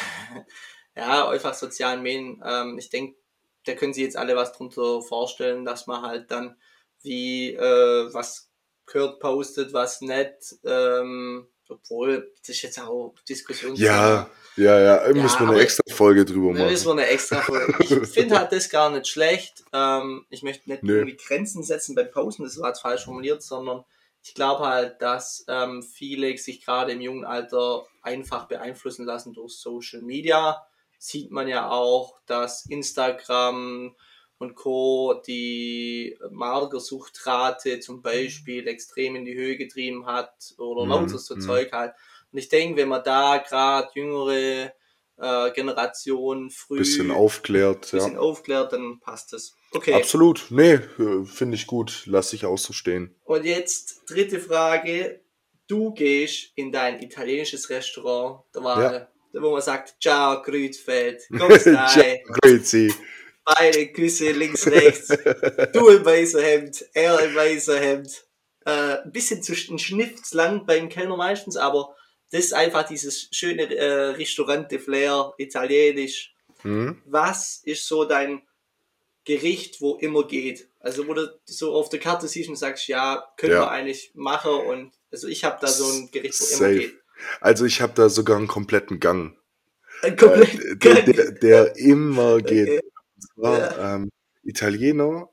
ja, einfach sozialen Medien. Ähm, ich denke, da können Sie jetzt alle was drunter vorstellen, dass man halt dann wie äh, was Kurt postet, was nicht, ähm, obwohl das ist jetzt auch Ja, Diskussionsthema. ja, ja, müssen Ja, wir eine aber extra Folge drüber da müssen wir machen. eine extra Folge. Ich finde halt das gar nicht schlecht. Ähm, ich möchte nicht Nö. irgendwie Grenzen setzen beim Posten, das war jetzt falsch formuliert, sondern ich glaube halt, dass ähm, viele sich gerade im jungen Alter einfach beeinflussen lassen durch Social Media. Sieht man ja auch, dass Instagram und Co. die Magersuchtrate zum Beispiel extrem in die Höhe getrieben hat oder lauter Mhm. so Mhm. Zeug halt. Und ich denke, wenn man da gerade jüngere äh, Generation Bisschen früh aufklärt, ja. bisschen aufklärt, dann passt es. Okay, Absolut. Nee, äh, finde ich gut. Lass ich auch so stehen. und jetzt dritte Frage. Du gehst in dein italienisches Restaurant der Ja. Wahl, wo man sagt, ciao, Grütfeld, come Ciao, stai? Grüezi. Beide Küsse links, rechts. Du im weißen Hemd, er im weißen Hemd. Äh, ein bisschen zu ein Schniff lang beim Kellner meistens, aber das ist einfach dieses schöne äh, Restaurante Flair, italienisch. Mhm. Was ist so dein Gericht, wo immer geht? Also wo du so auf der Karte siehst und sagst, ja, können wir Ja. eigentlich machen und also ich habe da so S- ein Gericht, wo immer Safe. geht. Also ich habe da sogar einen kompletten Gang, Ein äh, kompletter der, Gang. der, der immer geht. Okay. Und Ja. zwar ähm, Italiener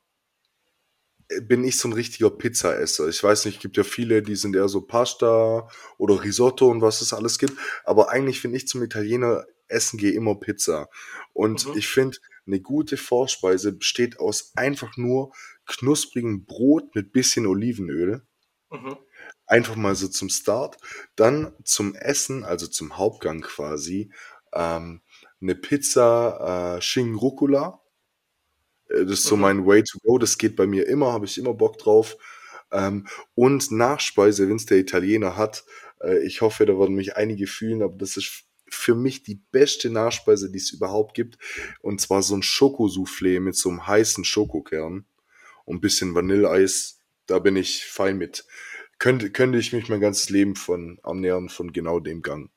äh, bin ich so ein richtiger Pizzaesser. Ich weiß nicht, gibt ja viele, die sind eher so Pasta oder Risotto und was es alles gibt. Aber eigentlich finde ich zum Italiener essen gehe immer Pizza. Und Mhm. ich finde, eine gute Vorspeise besteht aus einfach nur knusprigem Brot mit bisschen Olivenöl. Mhm. Einfach mal so zum Start. Dann zum Essen, also zum Hauptgang quasi, ähm, 'ne Pizza, äh, Schinken Rucola. Äh, das ist so Mhm. mein Way to go. Das geht bei mir immer, habe ich immer Bock drauf. Ähm, und Nachspeise, wenn es der Italiener hat, äh, ich hoffe, da werden mich einige fühlen, aber das ist für mich die beste Nachspeise, die es überhaupt gibt. Und zwar so ein Schokosoufflé mit so einem heißen Schokokern und ein bisschen Vanilleeis. Da bin ich fein mit. Könnte, könnte ich mich mein ganzes Leben von ernähren, von genau dem Gang.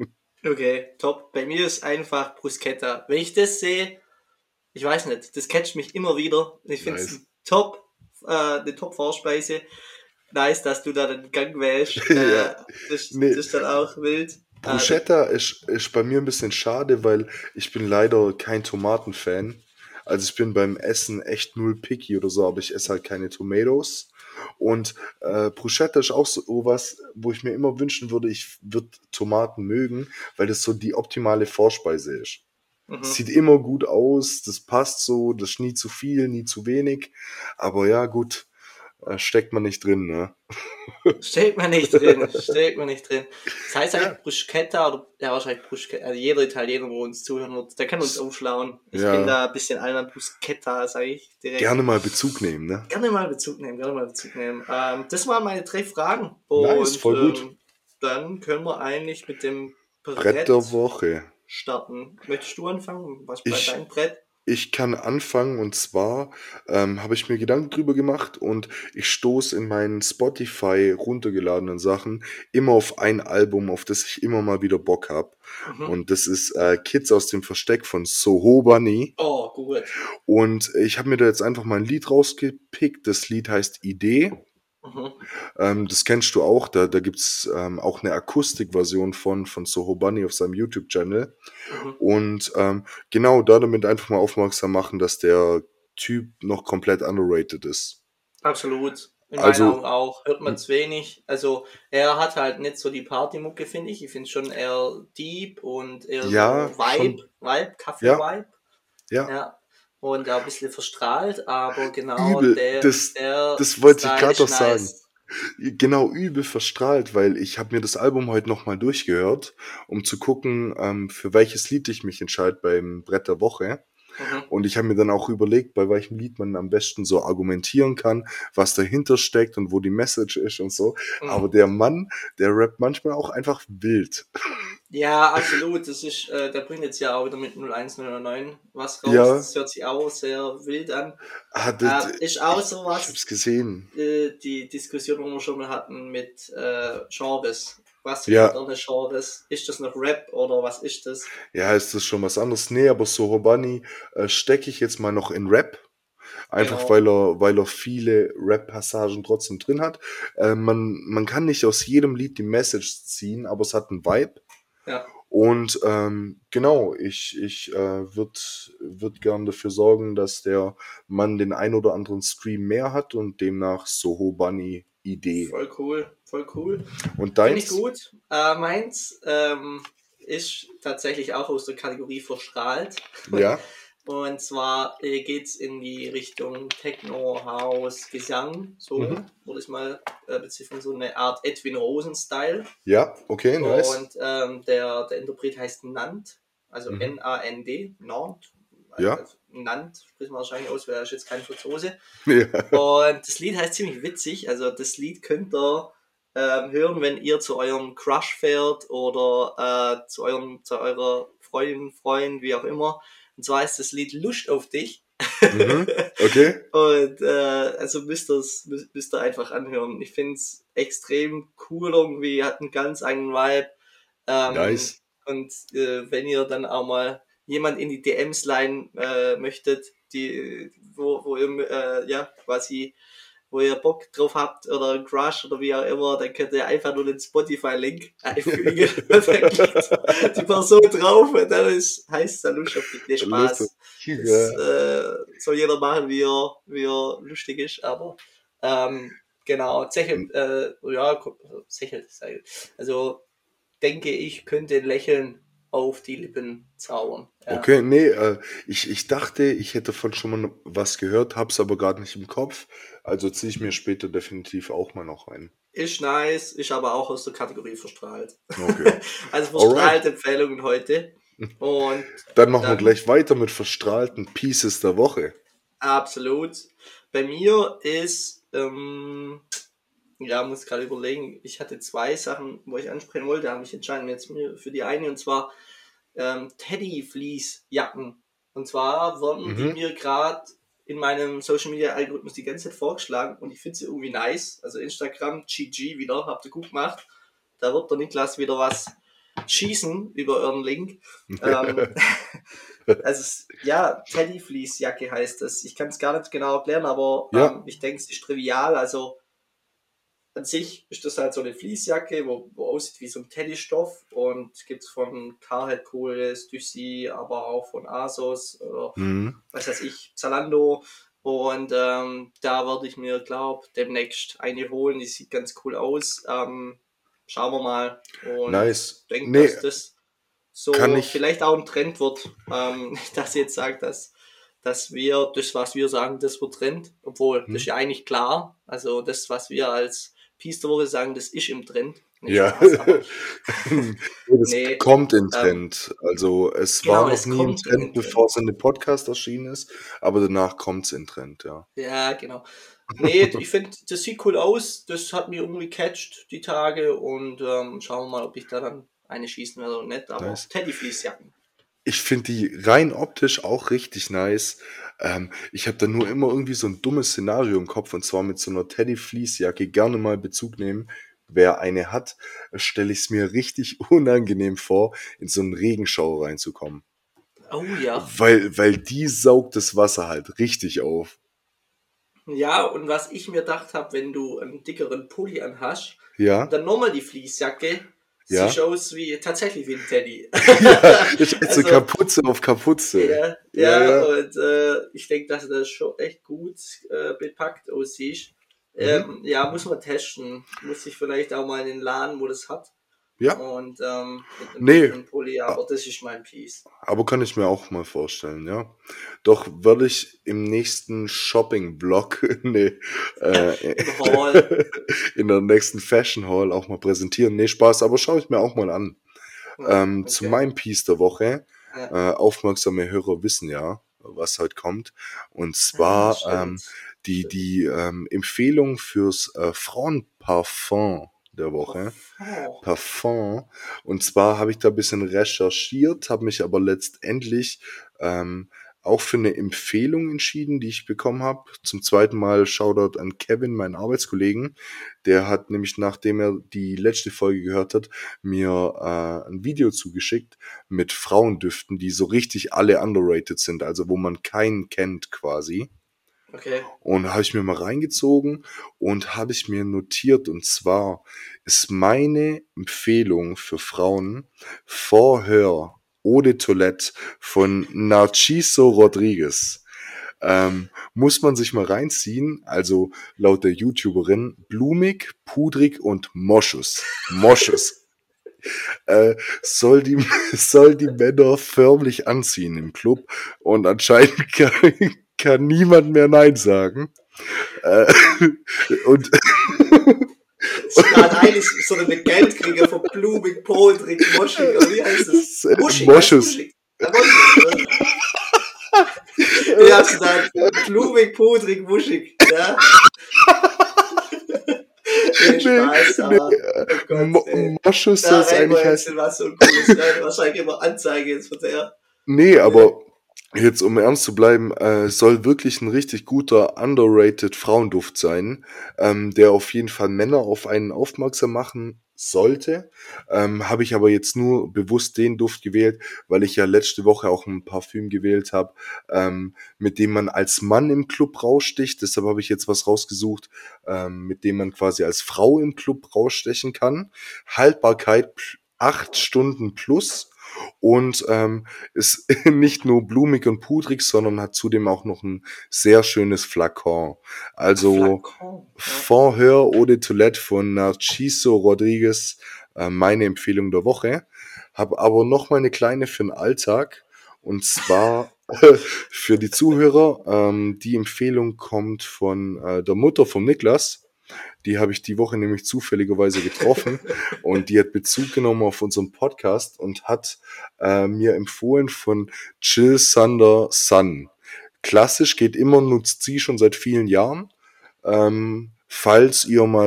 Okay, top. Bei mir ist einfach Bruschetta. Wenn ich das sehe, ich weiß nicht, das catcht mich immer wieder. Ich finde es Nice. ein top, äh, eine Top-Vorspeise. Nice, dass du da den Gang wählst. Äh, Ja, das, nee, das ist dann auch wild. Äh, Bruschetta ist, ist bei mir ein bisschen schade, weil ich bin leider kein Tomatenfan. Also ich bin beim Essen echt null picky oder so, aber ich esse halt keine Tomatoes. Und äh, Bruschetta ist auch so was, wo ich mir immer wünschen würde, ich würde Tomaten mögen, weil das so die optimale Vorspeise ist. mhm. Sieht immer gut aus, das passt so, das ist nie zu viel, nie zu wenig. Aber ja, gut, äh, steckt man nicht drin, ne? Steht man nicht drin, steht man nicht drin. Das heißt Ja. eigentlich Bruschetta oder ja wahrscheinlich Bruschetta. Also jeder Italiener, wo uns zuhören wird, der kann uns aufschlauen. Ich Ja. bin da ein bisschen einer Bruschetta, sage ich direkt. Gerne mal Bezug nehmen, ne? Gerne mal Bezug nehmen, gerne mal Bezug nehmen. Ähm, das waren meine drei Fragen. Nice, Und voll gut. ähm, dann können wir eigentlich mit dem Brett Brett der Woche. starten. Möchtest du anfangen? Was bei Ich, deinem Brett? ich kann anfangen und zwar ähm, habe ich mir Gedanken drüber gemacht und ich stoße in meinen Spotify runtergeladenen Sachen immer auf ein Album, auf das ich immer mal wieder Bock habe. Mhm. Und das ist äh, Kids aus dem Versteck von Soho Bunny. Oh, gut. Und ich habe mir da jetzt einfach mal ein Lied rausgepickt. Das Lied heißt Idee. Mhm. Ähm, das kennst du auch. Da, da gibt es ähm, auch eine Akustikversion von, von Soho Bunny auf seinem YouTube-Channel. Mhm. Und ähm, genau da damit einfach mal aufmerksam machen, dass der Typ noch komplett underrated ist. Absolut. In meinen Also, Augen auch. Hört man zu wenig. Also, er hat halt nicht so die Partymucke, finde ich. Ich finde schon eher deep und eher ja, so Vibe, schon. Vibe, Ja, Kaffee-Vibe. ja. Ja. Und auch ein bisschen verstrahlt, aber genau Übel. der, Das, der das wollte ich Style gerade ist noch sagen. nice. Genau, übel verstrahlt, weil ich habe mir das Album heute nochmal durchgehört, um zu gucken, ähm, für welches Lied ich mich entscheide beim Brett der Woche. Mhm. Und ich habe mir dann auch überlegt, bei welchem Lied man am besten so argumentieren kann, was dahinter steckt und wo die Message ist und so. Mhm. Aber der Mann, der rappt manchmal auch einfach wild. Ja, absolut. Das ist, äh, der bringt jetzt ja auch wieder mit null eins null neun was raus. Ja, Das hört sich auch sehr wild an. ah, das, Äh, ist auch ich, ich sowas, hab's gesehen. äh, die Diskussion, wo wir schon mal hatten mit äh, Genres. Was sind Ja, moderne Genres? Ist das noch Rap oder was ist das? ja, ist das schon was anderes? Nee, aber Sohobani äh, stecke ich jetzt mal noch in Rap. Einfach Genau. weil er, weil er viele Rap-Passagen trotzdem drin hat. Äh, man, man kann nicht aus jedem Lied die Message ziehen, aber es hat einen Vibe. Ja, Und ähm, genau, ich, ich äh, würde würd gern dafür sorgen, dass der Mann den ein oder anderen Stream mehr hat und demnach Soho Bunny Idee. voll cool, voll cool. Und Finde ich deins? gut. Äh, meins ähm, ist tatsächlich auch aus der Kategorie verstrahlt. Ja, Und zwar äh, geht es in die Richtung Techno, House, Gesang, so mhm. würde ich mal äh, beziffern, so eine Art Edwin Rosen-Style. Ja, okay, nice. Und ähm, der, der Interpret heißt Nant, also Mhm. N A N D, Nant. Ja. Also Nant spricht man wahrscheinlich aus, weil er ist jetzt kein Franzose. Ja. Und das Lied heißt ziemlich witzig. Also das Lied könnt ihr ähm, hören, wenn ihr zu eurem Crush fährt oder äh, zu, eurem, zu eurer Freundin, Freund, wie auch immer. Und zwar heißt das Lied Lust auf dich. Mhm. Okay. Und äh, also müsst ihr müsst, müsst ihr einfach anhören. Ich finde es extrem cool irgendwie, hat einen ganz eigenen Vibe. Ähm, Nice. und äh, wenn ihr dann auch mal jemand in die D Ms leihen äh, möchtet, die, wo, wo ihr äh, ja quasi, wo ihr Bock drauf habt oder einen Crush oder wie auch immer, dann könnt ihr einfach nur den Spotify-Link einfügen und dann klickt die Person drauf und dann ist, heißt es dann Lust auf dich. Nee, Lust auf- Spaß. Das Ja. äh, soll jeder machen, wie er, wie er lustig ist, aber ähm, genau, Zechel, äh, ja, Zechel, also denke ich, könnte ein Lächeln auf die Lippen zaubern. Ja. Okay, nee, äh, ich, ich dachte, ich hätte von schon mal was gehört, hab's aber gerade nicht im Kopf. Also ziehe ich mir später definitiv auch mal noch rein. Ist nice, ist aber auch aus der Kategorie verstrahlt. Okay. Also Alright. verstrahlte Empfehlungen heute. Und Dann machen wir dann gleich weiter mit verstrahlten Pieces der Woche. absolut. Bei mir ist ähm, ja, muss gerade überlegen. Ich hatte zwei Sachen, wo ich ansprechen wollte, habe ich entschieden jetzt mir für die eine, und zwar ähm, Teddy-Fleece-Jacken. Und zwar wurden die Mhm. mir gerade in meinem Social Media Algorithmus die ganze Zeit vorgeschlagen und ich finde sie irgendwie nice. Also Instagram, G G wieder, habt ihr gut gemacht. Da wird der Niklas wieder was schießen über euren Link. Ähm, also es- ja, Teddy Fleece Jacke heißt das. Ich kann es gar nicht genau erklären, aber Ja. ähm, ich denke, es ist trivial. Also an sich ist das halt so eine Fleecejacke, wo, wo aussieht wie so ein Teddystoff, und gibt es von Carhartt Kohle, Stüssi, aber auch von ASOS oder Mhm. was weiß ich, Zalando. Und ähm, da werde ich mir, glaube demnächst eine holen. Die sieht ganz cool aus. Ähm, schauen wir mal. Und Nice. denke, Nee, dass das kann so ich. vielleicht auch ein Trend wird, ähm, dass ihr jetzt sagt, dass, dass wir das, was wir sagen, das wird Trend. Obwohl, das Hm? ist ja eigentlich klar. Also das, was wir als Piece der Woche sagen, das ist im Trend. Nicht Ja. Spaß, aber Nee, das nee. kommt in Ähm, Trend. Also es war genau, noch es nie im kommt in Trend, den bevor Trend. es in dem Podcast erschienen ist, aber danach kommt es in Trend, ja. Ja, genau. Nee, ich finde, das sieht cool aus. Das hat mir irgendwie catcht die Tage, und ähm, schauen wir mal, ob ich da dann eine schießen werde oder nicht. Aber Nice. Teddy Fleecejacken. Ich finde die rein optisch auch richtig nice. Ähm, ich habe da nur immer irgendwie so ein dummes Szenario im Kopf, und zwar mit so einer Teddy Fleece Jacke gerne mal Bezug nehmen. Wer eine hat, stelle ich es mir richtig unangenehm vor, in so einen Regenschauer reinzukommen. Oh ja. Weil, weil die saugt das Wasser halt richtig auf. Ja, und was ich mir gedacht habe, wenn du einen dickeren Pulli anhast und Ja, dann nochmal die Fließjacke, siehst ja. aus wie tatsächlich wie ein Teddy. Ja, das ist echt so Also, Kapuze auf Kapuze. ja, Ja, ja, ja. und äh, ich denke, dass das schon echt gut äh, bepackt aussieht. Mhm. Ähm, ja, muss man testen. Muss ich vielleicht auch mal in den Laden, wo das hat. Ja. Und ähm, mit einem Nee, dickeren Pulli, aber das ist mein Piece. aber kann ich mir auch mal vorstellen, ja. Doch werde ich im nächsten Shopping-Vlog, nee, äh, Im Hall. in der nächsten Fashion Hall auch mal präsentieren. Nee, Spaß, aber schaue ich mir auch mal an. Ja, Ähm, zu okay. meinem Piece der Woche. Äh, Ja, aufmerksame Hörer wissen ja, was heute kommt. Und ja zwar ähm, stimmt. die, Stimmt. die ähm, Empfehlung fürs äh, Frauenparfum der Woche. Parfum. Parfum. Und zwar habe ich da ein bisschen recherchiert, habe mich aber letztendlich ähm, auch für eine Empfehlung entschieden, die ich bekommen habe. Zum zweiten Mal Shoutout an Kevin, meinen Arbeitskollegen. Der hat nämlich, nachdem er die letzte Folge gehört hat, mir äh, ein Video zugeschickt mit Frauendüften, die so richtig alle underrated sind, also wo man keinen kennt quasi. Okay. Und habe ich mir mal reingezogen und habe ich mir notiert. Und zwar ist meine Empfehlung für Frauen Vorhör Eau de Toilette von Narciso Rodriguez. Ähm, muss man sich mal reinziehen. Also laut der YouTuberin blumig, pudrig und moschus. Moschus. Äh, soll die, soll die Männer förmlich anziehen im Club. Und anscheinend kann, kann niemand mehr Nein sagen. Äh, und Ist gerade eigentlich so eine Geldkrieger von Blumig, Podrig, Moschig, oder wie heißt es? das, äh, Muschig, heißt Moschus. Muschig. Ja, Moschig. Oder? Ich hab's da. Blumig, Podrig, Muschig. Ja. Nee, Nee, Spaß, nee, aber äh, oh Gott, Mo nee. Moschus soll Da es rein wir eigentlich jetzt heißen. in was so Cooles rein. Wahrscheinlich immer Anzeige jetzt von der. Nee, Nee. aber jetzt, um ernst zu bleiben, äh, soll wirklich ein richtig guter, underrated Frauenduft sein, ähm, der auf jeden Fall Männer auf einen aufmerksam machen sollte. Ähm, habe ich aber jetzt nur bewusst den Duft gewählt, weil ich ja letzte Woche auch ein Parfüm gewählt habe, ähm, mit dem man als Mann im Club raussticht. Deshalb habe ich jetzt was rausgesucht, ähm, mit dem man quasi als Frau im Club rausstechen kann. Haltbarkeit p- acht Stunden plus. Und ähm, ist nicht nur blumig und pudrig, sondern hat zudem auch noch ein sehr schönes Flakon. Ach, Also Flakon. Ja. Vorhör Eau de Toilette von Narciso Rodriguez, äh, meine Empfehlung der Woche. Habe aber noch mal eine kleine für den Alltag. Und zwar für die Zuhörer. Ähm, die Empfehlung kommt von äh, der Mutter von Niklas. Die habe ich die Woche nämlich zufälligerweise getroffen und die hat Bezug genommen auf unseren Podcast und hat äh, mir empfohlen von Jill Sander Sun. Klassisch geht immer, nutzt sie schon seit vielen Jahren. Ähm, falls ihr mal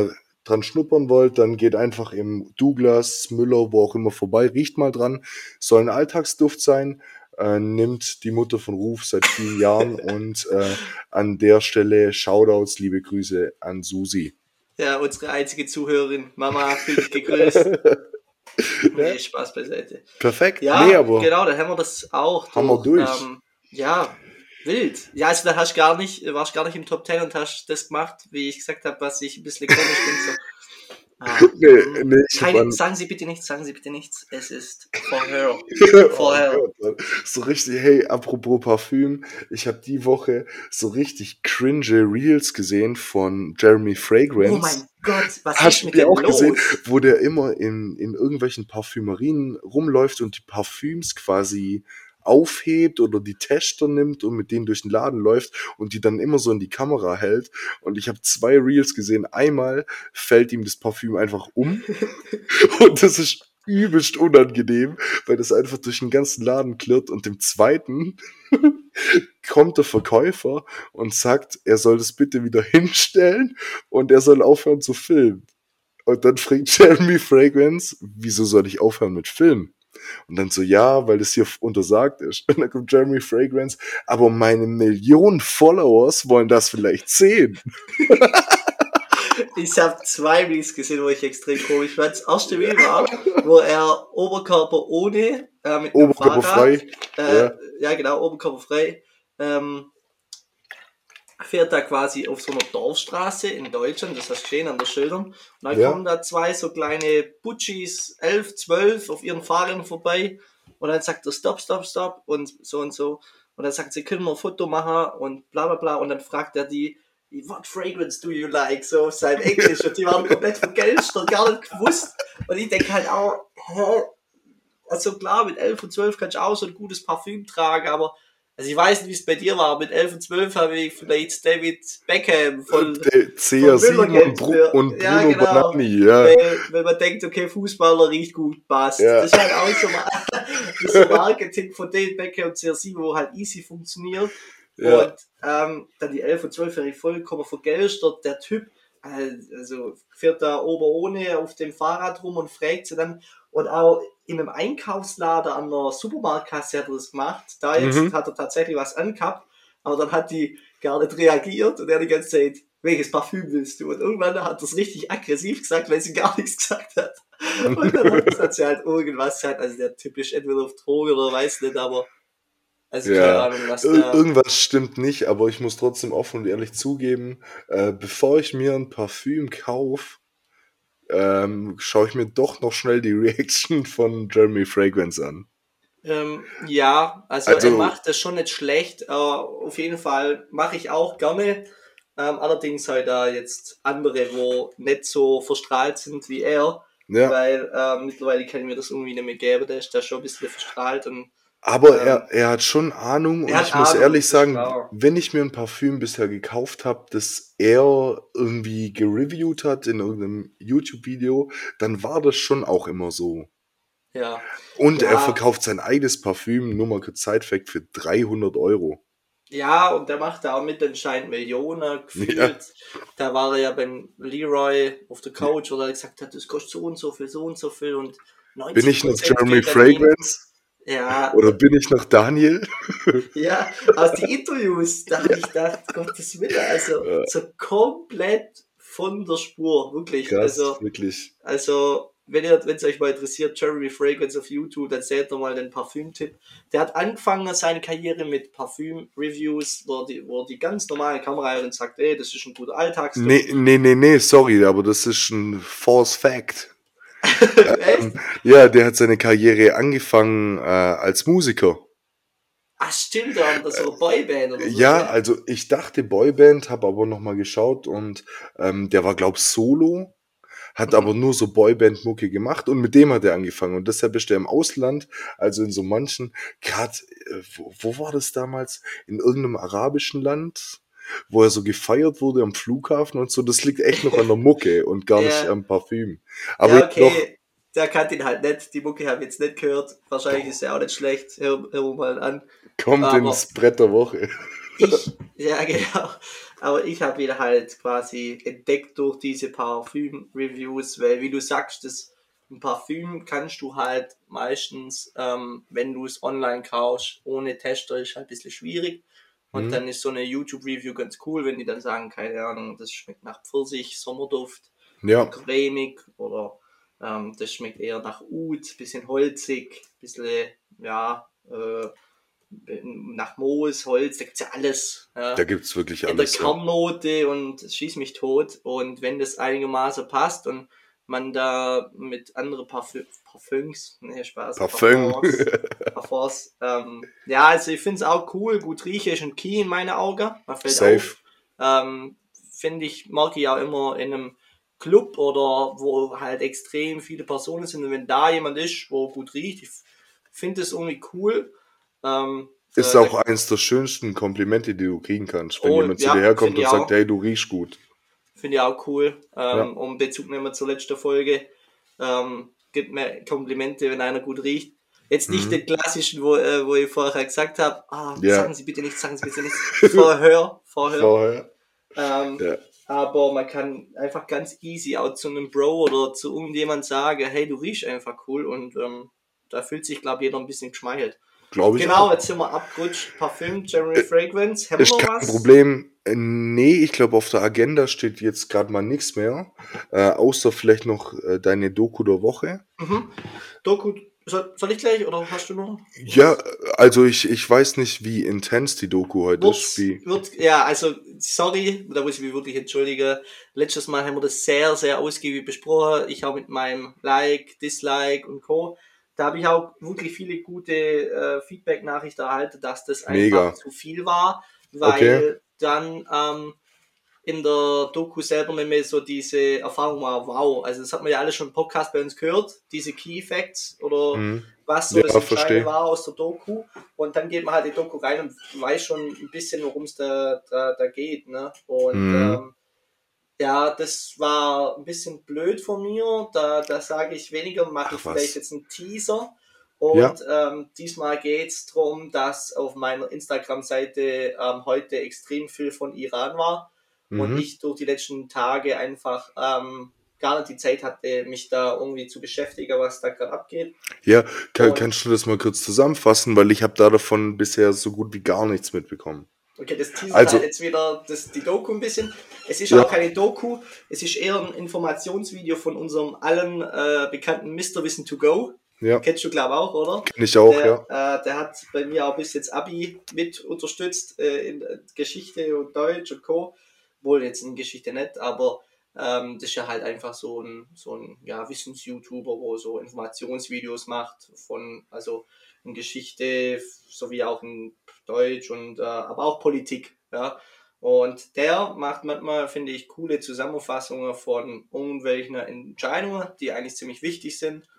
dran schnuppern wollt, dann geht einfach im Douglas, Müller, wo auch immer vorbei, riecht mal dran. Soll ein Alltagsduft sein, äh, nimmt die Mutter von Ruf seit vielen Jahren und äh, an der Stelle Shoutouts, liebe Grüße an Susi. Ja, unsere einzige Zuhörerin. Mama, fühl dich gegrüßt. Nee, Spaß beiseite. Perfekt. Ja, Nee, aber genau, dann haben wir das auch. haben wir durch. Ähm, ja, wild. Ja, also da hast gar nicht, warst gar nicht im Top Ten und hast das gemacht, wie ich gesagt habe, was ich ein bisschen komisch finde. So. Ah, Nee, mm, nee, ich hab keine, an- sagen Sie bitte nichts, sagen Sie bitte nichts. Es ist for her. Oh For her. Gott, Mann. So richtig, hey, apropos Parfüm, ich habe die Woche so richtig cringe Reels gesehen von Jeremy Fragrance. Oh mein Gott, was Hast ist du mit die dem auch los? gesehen, wo der immer in, in irgendwelchen Parfümerien rumläuft und die Parfüms quasi aufhebt oder die Tester nimmt und mit denen durch den Laden läuft und die dann immer so in die Kamera hält. Und ich habe zwei Reels gesehen. Einmal fällt ihm das Parfüm einfach um und das ist übelst unangenehm, weil das einfach durch den ganzen Laden klirrt. Und im zweiten kommt der Verkäufer und sagt, er soll das bitte wieder hinstellen und er soll aufhören zu filmen. Und dann fragt Jeremy Fragrance, wieso soll ich aufhören mit Filmen? Und dann so, ja, weil das hier untersagt ist. Und dann kommt Jeremy Fragrance, aber meine Millionen Followers wollen das vielleicht sehen. Ich habe zwei Reels gesehen, wo ich extrem komisch fand. Das erste Reel war, wo er Oberkörper ohne, äh, mit einem Oberkörper Fahrrad, frei. äh, Ja. ja genau, Oberkörper frei, ähm, fährt da quasi auf so einer Dorfstraße in Deutschland, das hast du gesehen an den Schildern. Und dann Ja. kommen da zwei so kleine Butchis, elf, zwölf, auf ihren Fahrrädern vorbei. Und dann sagt er Stop, Stop, Stop und so und so. Und dann sagt sie, können wir ein Foto machen und bla bla bla. Und dann fragt er die, what fragrance do you like? So auf seinem Englisch. Und die waren komplett vergelstert, gar nicht gewusst. Und ich denke halt auch, hä? Also klar, mit elf und zwölf kannst du auch so ein gutes Parfüm tragen, aber also ich weiß nicht, wie es bei dir war. Mit elf und zwölf habe ich vielleicht David Beckham von, Der C R sieben und, kennt Bru für- und Bruno ja, genau. Banani, ja. weil, weil man denkt, okay, Fußballer riecht gut, passt. Ja. Das ist halt auch so, ma- das ist so Marketing von David Beckham und C R sieben, wo halt easy funktioniert. Ja. Und ähm, dann die elf- und zwölfjährige vollkommen vergelstert. Der Typ äh, also fährt da oben ohne auf dem Fahrrad rum und fragt sie dann. Und auch in einem Einkaufslader an der Supermarktkasse hat er das gemacht. Da jetzt Mhm. hat er tatsächlich was angehabt, aber dann hat die gar nicht reagiert und er die ganze Zeit, welches Parfüm willst du? Und irgendwann hat er es richtig aggressiv gesagt, weil sie gar nichts gesagt hat. Und dann hat, hat sie halt irgendwas halt, also der typisch entweder auf Droge oder weiß nicht, aber also keine Ja, Ahnung, was Ir da. irgendwas stimmt nicht, aber ich muss trotzdem offen und ehrlich zugeben, äh, bevor ich mir ein Parfüm kaufe, ähm, schaue ich mir doch noch schnell die Reaction von Jeremy Fragrance an. Ähm, ja, also, Also- er macht das schon nicht schlecht. Äh, auf jeden Fall mache ich auch gerne. Ähm, allerdings halt da jetzt andere, wo nicht so verstrahlt sind wie er. Ja, Weil äh, mittlerweile kann ich mir das irgendwie nicht mehr geben. Der ist da schon ein bisschen verstrahlt. Und aber ähm, er, er hat schon Ahnung und er hat ich muss Ahnung, ehrlich das ist sagen, klar. wenn ich mir ein Parfüm bisher gekauft habe, das er irgendwie gereviewt hat in irgendeinem YouTube-Video, dann war das schon auch immer so. Ja, Und er Ja. verkauft sein eigenes Parfüm, nur mal kurz Sidefact, für dreihundert Euro. ja, und der macht da auch mit anscheinend Millionen gefühlt. Da war er ja beim Leroy auf der Couch, wo er gesagt hat, das kostet so und so viel, so und so viel. Und neunzig Bin ich noch Prozent Jeremy geht an ihn. Fragrance? Ja, Oder bin ich noch Daniel? Ja, aus den Interviews, da habe ich gedacht, Gottes Willen, also Ja. so komplett von der Spur, wirklich. Krass, Also, wirklich. also wenn ihr, wenn es euch mal interessiert, Jeremy Fragrance auf YouTube, dann seht ihr mal den Parfümtipp. Der hat angefangen seine Karriere mit Parfüm-Reviews, wo, die, wo die ganz normale Kamera hält und sagt, ey, das ist ein guter Alltagsduft. Nee, nee, nee, nee, sorry, aber das ist ein false fact. Echt? Ja, der hat seine Karriere angefangen äh, als Musiker. Ach stimmt, da hat das so eine Boyband oder so. Ja, ne? also ich dachte Boyband, habe aber nochmal geschaut und ähm, der war, glaub Solo, hat Mhm. aber nur so Boyband-Mucke gemacht und mit dem hat er angefangen. Und deshalb ist er im Ausland, also in so manchen, gerade, äh, wo, wo war das damals? In irgendeinem arabischen Land, wo er so gefeiert wurde am Flughafen und so. Das liegt echt noch an der Mucke und gar nicht Ja. am Parfüm. Aber ja, jetzt noch, okay, der kannte ihn halt nicht. Die Mucke habe ich jetzt nicht gehört. Wahrscheinlich ist er auch nicht schlecht. Hör, hör mal an. kommt aber- ins Brett der Woche. Ich, ja genau. Aber ich habe ihn halt quasi entdeckt durch diese Parfüm-Reviews, weil wie du sagst, das ein Parfüm kannst du halt meistens, ähm, wenn du es online kaufst, ohne Tester, ist halt ein bisschen schwierig. Und Hm? dann ist so eine YouTube-Review ganz cool, wenn die dann sagen, keine Ahnung, das schmeckt nach Pfirsich, Sommerduft, Ja, cremig oder ähm, das schmeckt eher nach Oud, bisschen holzig, bisschen, ja, äh, nach Moos, Holz, da gibt's ja alles. da Ja. gibt's wirklich In der alles, ja. Kernnote und schieß mich tot. Und wenn das einigermaßen passt und man da mit anderen Parfü Parfüms, ne, Spaß, Parfum. Parfums, Parfums, ähm, ja, also ich finde es auch cool, gut rieche ist ein Key in meine Augen, man fällt auf. Safe. Ähm, finde ich, mag ich auch immer in einem Club oder wo halt extrem viele Personen sind und wenn da jemand ist, wo gut riecht, ich finde es irgendwie cool. Ähm, Ist da, da, auch eins der schönsten Komplimente, die du kriegen kannst, wenn oh, jemand zu dir ja, herkommt finde ich und sagt, auch. hey, du riechst gut. Finde ich auch cool. Ja, Ähm, um Bezug nehmen zur letzten Folge. Ähm, gibt mir Komplimente, wenn einer gut riecht. Jetzt nicht mhm. den klassischen, wo, äh, wo ich vorher gesagt habe, ah, Ja, sagen Sie bitte nichts, sagen Sie bitte nichts. Vorher, vorher. vorher. Ähm, Ja, aber man kann einfach ganz easy auch zu einem Bro oder zu irgendjemand sagen, hey, du riechst einfach cool und ähm, da fühlt sich, glaube ich, jeder ein bisschen geschmeichelt. glaube ich Genau, auch. jetzt sind wir abgerutscht. Parfüm, General Fragrance. Haben wir Ist noch kein was? Problem. Äh, Nee, ich glaube, auf der Agenda steht jetzt gerade mal nichts mehr. Äh, außer vielleicht noch äh, deine Doku der Woche. Mhm. Doku, soll, soll ich gleich oder hast du noch Ja, was? äh, also ich, ich weiß nicht, wie intens die Doku heute ist. Wird's, Wie, wird, ja, also, sorry, da muss ich mich wirklich entschuldigen. Letztes Mal haben wir das sehr, sehr ausgiebig besprochen. Ich auch mit meinem Like, Dislike und Co. Da habe ich auch wirklich viele gute äh, Feedback-Nachrichten erhalten, dass das einfach mega. zu viel war, Okay. weil dann ähm, in der Doku selber nicht mehr so diese Erfahrung war, wow, also das hat man ja alles schon im Podcast bei uns gehört, diese Key Facts oder Mhm. was so das Ja, Entscheidende verstehe. war aus der Doku und dann geht man halt in die Doku rein und weiß schon ein bisschen, worum es da, da, da geht, ne? Und Mhm. ähm, ja, das war ein bisschen blöd von mir, da, da sage ich weniger, mache ich Ach vielleicht was. jetzt einen Teaser Ja. und ähm, diesmal geht es darum, dass auf meiner Instagram-Seite ähm, heute extrem viel von Iran war und Mhm. ich durch die letzten Tage einfach ähm, gar nicht die Zeit hatte, mich da irgendwie zu beschäftigen, was da gerade abgeht. Ja, kann, Und kannst du das mal kurz zusammenfassen, weil ich habe da davon bisher so gut wie gar nichts mitbekommen. okay, das teasert halt Also, jetzt wieder das, die Doku ein bisschen. Es ist ja, auch keine Doku, es ist eher ein Informationsvideo von unserem allen äh, bekannten Mister Wissen to Go. ja, Kennst du, glaube ich, auch, oder? kenne ich auch, Der, ja. äh, der hat bei mir auch bis jetzt Abi mit unterstützt äh, in äh, Geschichte und Deutsch und Co. Wohl jetzt in Geschichte nicht, aber ähm, das ist ja halt einfach so ein, so ein ja, Wissens-YouTuber, wo so Informationsvideos macht von, also in Geschichte sowie auch in Deutsch und äh, aber auch Politik. Ja. Und der macht manchmal, finde ich, coole Zusammenfassungen von irgendwelchen Entscheidungen, die eigentlich ziemlich wichtig sind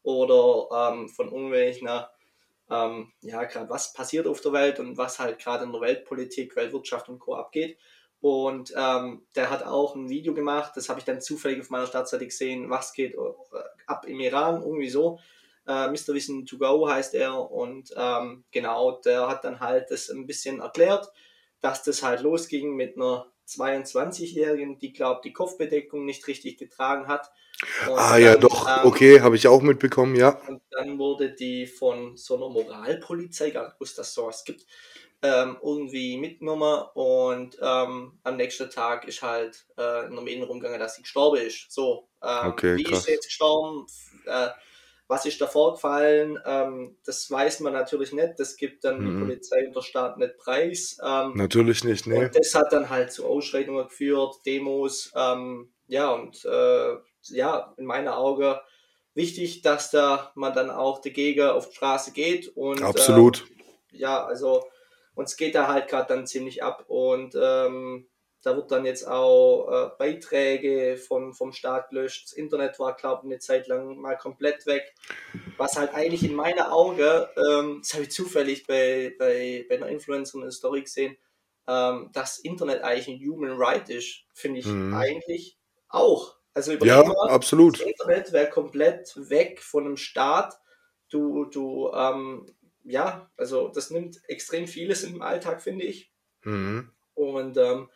oder ähm, von irgendwelchen, ähm, ja, gerade was passiert auf der Welt und was halt gerade in der Weltpolitik, Weltwirtschaft und Co. abgeht. Und ähm, der hat auch ein Video gemacht, das habe ich dann zufällig auf meiner Startseite gesehen, was geht äh, ab im Iran, irgendwie so. Äh, Mister Wissen to Go heißt er und ähm, genau, der hat dann halt das ein bisschen erklärt, dass das halt losging mit einer zweiundzwanzigjährigen, die glaubt, die Kopfbedeckung nicht richtig getragen hat Ah und ja, dann doch, ähm, okay, habe ich auch mitbekommen, ja. und dann wurde die von so einer Moralpolizei, gar nicht gewusst, dass es sowas gibt, ähm, irgendwie mitgenommen und ähm, am nächsten Tag ist halt äh, in der Medien rumgegangen, dass sie gestorben ist. So, ähm, Okay, wie ist sie krass. jetzt gestorben? Äh, was ist da vorgefallen? Ähm, das weiß man natürlich nicht. Das gibt dann die Mhm. Polizei und der Staat nicht preis. Ähm, Natürlich nicht, nee. und das hat dann halt zu Ausschreitungen geführt, Demos, ähm, ja, und äh, ja, in meinen Augen wichtig, dass da man dann auch dagegen auf die Straße geht und ähm, Absolut. ja, also uns geht da halt gerade dann ziemlich ab und ähm, da wird dann jetzt auch äh, Beiträge von, vom Staat gelöscht. Das Internet war, glaube ich, eine Zeit lang mal komplett weg. Was halt eigentlich in meiner Auge, ähm, das habe ich zufällig bei, bei, bei einer Influencerin eine Story gesehen, ähm, dass Internet eigentlich ein Human Right ist, finde ich Mhm. eigentlich auch. Also Ja, überleg mal, das absolut. Internet wäre komplett weg von einem Staat. Du, du, ähm, ja, also das nimmt extrem vieles im Alltag, finde ich. Mhm. Und ähm,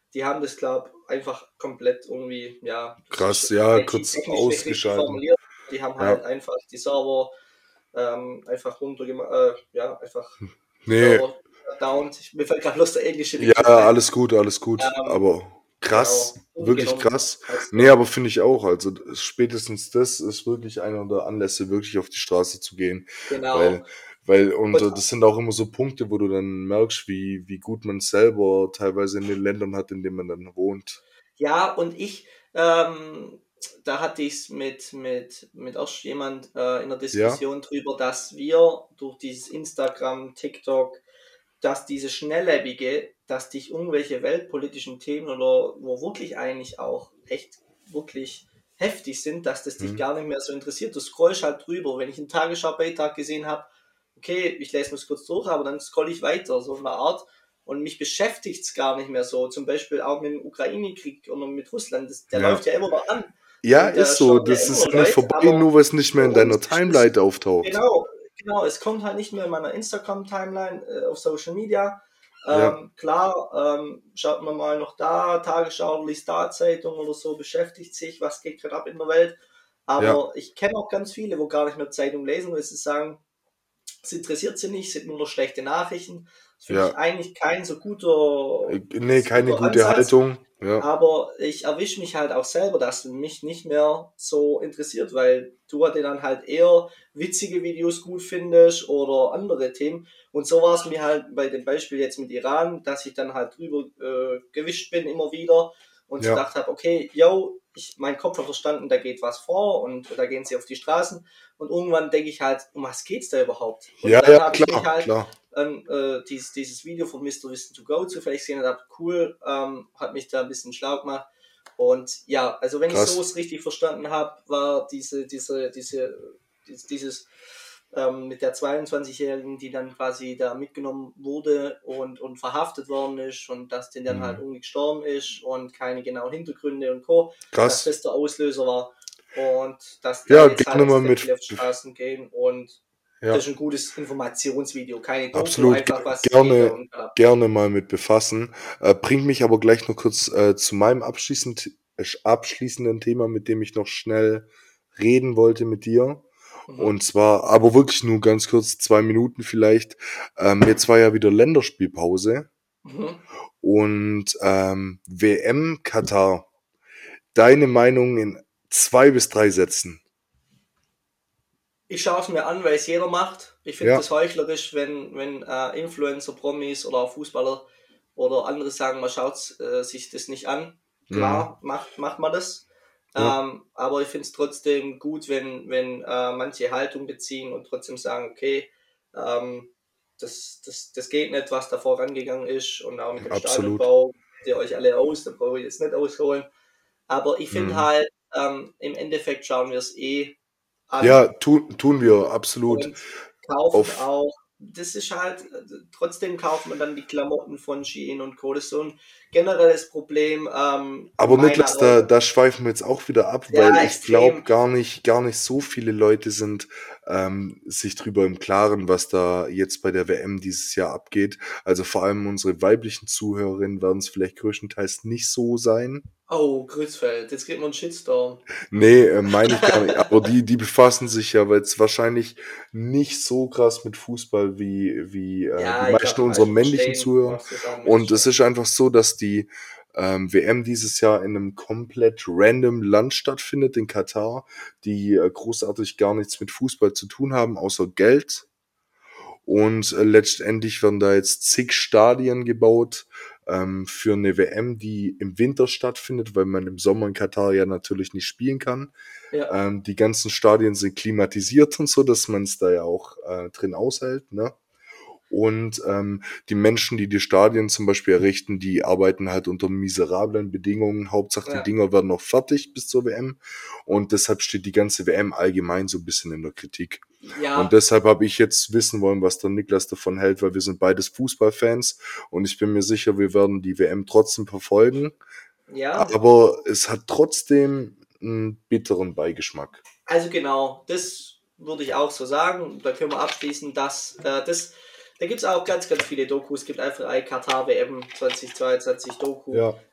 die haben das, glaube ich, einfach komplett irgendwie, ja, das Krass, ist ja, I T kurz technisch nicht richtig ausgeschalten. formuliert. Die haben halt Ja, einfach die Server ähm, einfach runtergemacht, äh, ja, einfach die nee, Server down. Ich, mir fällt gerade bloß der englische ja, Begriff ein. alles gut, alles gut. Ähm, Aber genau, krass, wirklich umgenommen. krass. Heißt Nee, ja. aber finde ich auch. Also spätestens das ist wirklich einer der Anlässe, wirklich auf die Straße zu gehen. Genau. Weil, weil, und Und äh, das sind auch immer so Punkte, wo du dann merkst, wie, wie gut man es selber teilweise in den Ländern hat, in denen man dann wohnt. ja, und ich, ähm, da hatte ich es mit, mit, mit auch jemand äh, in der Ja? Diskussion drüber, dass wir durch dieses Instagram, TikTok, dass diese Schnelllebige, dass dich irgendwelche weltpolitischen Themen oder wo wirklich eigentlich auch echt wirklich heftig sind, dass das dich Hm? gar nicht mehr so interessiert. Du scrollst halt drüber. Wenn ich einen Tagesschau-Beitrag gesehen habe, okay, ich lese mir es kurz durch, aber dann scroll ich weiter, so in der Art. Und mich beschäftigt es gar nicht mehr so. Zum Beispiel auch mit dem Ukraine-Krieg oder mit Russland. Das, der Ja. läuft ja immer noch an. Ja, Und da ist so. schauen ja Das immer ist noch ja nicht Leute, vorbei, aber nur weil es nicht mehr für in uns deiner ist es, Timeline auftaucht. genau, genau, es kommt halt nicht mehr in meiner Instagram-Timeline äh, auf Social Media. Ja, Ähm, klar, ähm, schaut man mal noch da, Tagesschau, liest da Zeitung oder so, beschäftigt sich, was geht gerade ab in der Welt. ja, Aber ich kenne auch ganz viele, wo gar nicht mehr Zeitung lesen, weil sie sagen, es interessiert sie nicht, es sind nur noch schlechte Nachrichten. Das finde ich ja. eigentlich kein so guter, Äh, Nee, keine guter gute Ansatz. Haltung. Ja, Aber ich erwische mich halt auch selber, dass mich nicht mehr so interessiert, weil du dir dann halt eher witzige Videos gut findest oder andere Themen. Und so war es mir halt bei dem Beispiel jetzt mit Iran, dass ich dann halt drüber äh, gewischt bin immer wieder und so ja, gedacht habe, okay, yo, ich, mein Kopf hat verstanden, da geht was vor und da gehen sie auf die Straßen. Und irgendwann denke ich halt, um was geht's da überhaupt? ja, Und dann ja, habe ich mich klar, halt klar. ähm, äh, dieses, dieses Video von Mister Wissen to Go zufällig gesehen und habe, cool, ähm, hat mich da ein bisschen schlau gemacht. Und ja, also wenn ich so Krass. es richtig verstanden habe, war diese, diese, diese, dieses, dieses ähm, mit der zweiundzwanzigjährigen, die dann quasi da mitgenommen wurde und, und verhaftet worden ist und dass den dann halt Mhm. irgendwie gestorben ist und keine genauen Hintergründe und Co., dass Krass. das der Auslöser war und dass da Ja, jetzt halt gerne mal extrem mit. viele auf die Straßen gehen und das Ja, ist ein gutes Informationsvideo, keine Doku, absolut einfach ge- was geht da gerne, und ab. gerne mal mit befassen. Äh, bringt mich aber gleich noch kurz äh, zu meinem abschließend, äh, abschließenden Thema, mit dem ich noch schnell reden wollte mit dir. Mhm. Und zwar, aber wirklich nur ganz kurz, zwei Minuten vielleicht. Ähm, jetzt war ja wieder Länderspielpause Mhm. und ähm, W M Katar. Deine Meinung in zwei bis drei Sätzen. Ich schaue es mir an, weil es jeder macht. Ich finde Ja. das heuchlerisch, wenn, wenn äh, Influencer, Promis oder auch Fußballer oder andere sagen, man schaut äh, sich das nicht an. Mhm. Klar, macht, macht man das. Ja. Ähm, aber ich finde es trotzdem gut, wenn, wenn äh, manche Haltung beziehen und trotzdem sagen, okay, ähm, das, das, das geht nicht, was da vorangegangen ist und auch mit dem Absolut. Stadionbau, ihr euch alle aus, da brauche ich jetzt nicht ausholen. Aber ich finde Mhm. halt, ähm, im Endeffekt schauen wir es eh Ja, an tun, tun wir absolut. und kaufen Auf, auch. Das ist halt, trotzdem kauft man dann die Klamotten von Shein und Co. Das ist so ein generelles Problem, ähm, in aber meiner Niklas, da, Augen. da schweifen wir jetzt auch wieder ab, weil Ja, ich glaube extrem. gar nicht, gar nicht so viele Leute sind ähm, sich drüber im Klaren, was da jetzt bei der W M dieses Jahr abgeht. Also vor allem unsere weiblichen Zuhörerinnen werden es vielleicht größtenteils nicht so sein. Oh, Grüßfeld, jetzt kriegt man einen Shitstorm. Nee, äh, meine ich gar nicht. Aber die, die befassen sich ja jetzt wahrscheinlich nicht so krass mit Fußball wie, wie äh, die Ja, ich glaube, meisten die unserer meisten männlichen verstehen, Zuhörer. was du sagen Und möchtest. es Ja. ist einfach so, dass die ähm, W M dieses Jahr in einem komplett random Land stattfindet, in Katar, die äh, großartig gar nichts mit Fußball zu tun haben, außer Geld. Und äh, letztendlich werden da jetzt zig Stadien gebaut ähm, für eine W M, die im Winter stattfindet, weil man im Sommer in Katar ja natürlich nicht spielen kann. Ja, Ähm, die ganzen Stadien sind klimatisiert und so, dass man es da ja auch äh, drin aushält, ne? Und ähm, die Menschen, die die Stadien zum Beispiel errichten, die arbeiten halt unter miserablen Bedingungen. Hauptsache, die ja, Dinger werden noch fertig bis zur W M. Und deshalb steht die ganze W M allgemein so ein bisschen in der Kritik. Und ja, deshalb habe ich jetzt wissen wollen, was der Niklas davon hält, weil wir sind beides Fußballfans und ich bin mir sicher, wir werden die W M trotzdem verfolgen. ja. Aber es hat trotzdem einen bitteren Beigeschmack. Also genau, das würde ich auch so sagen. Da können wir abschließen, dass äh, das, da gibt es auch ganz, ganz viele Dokus. Es gibt einfach ein Katar W M zwanzig zweiundzwanzig Doku. Ja,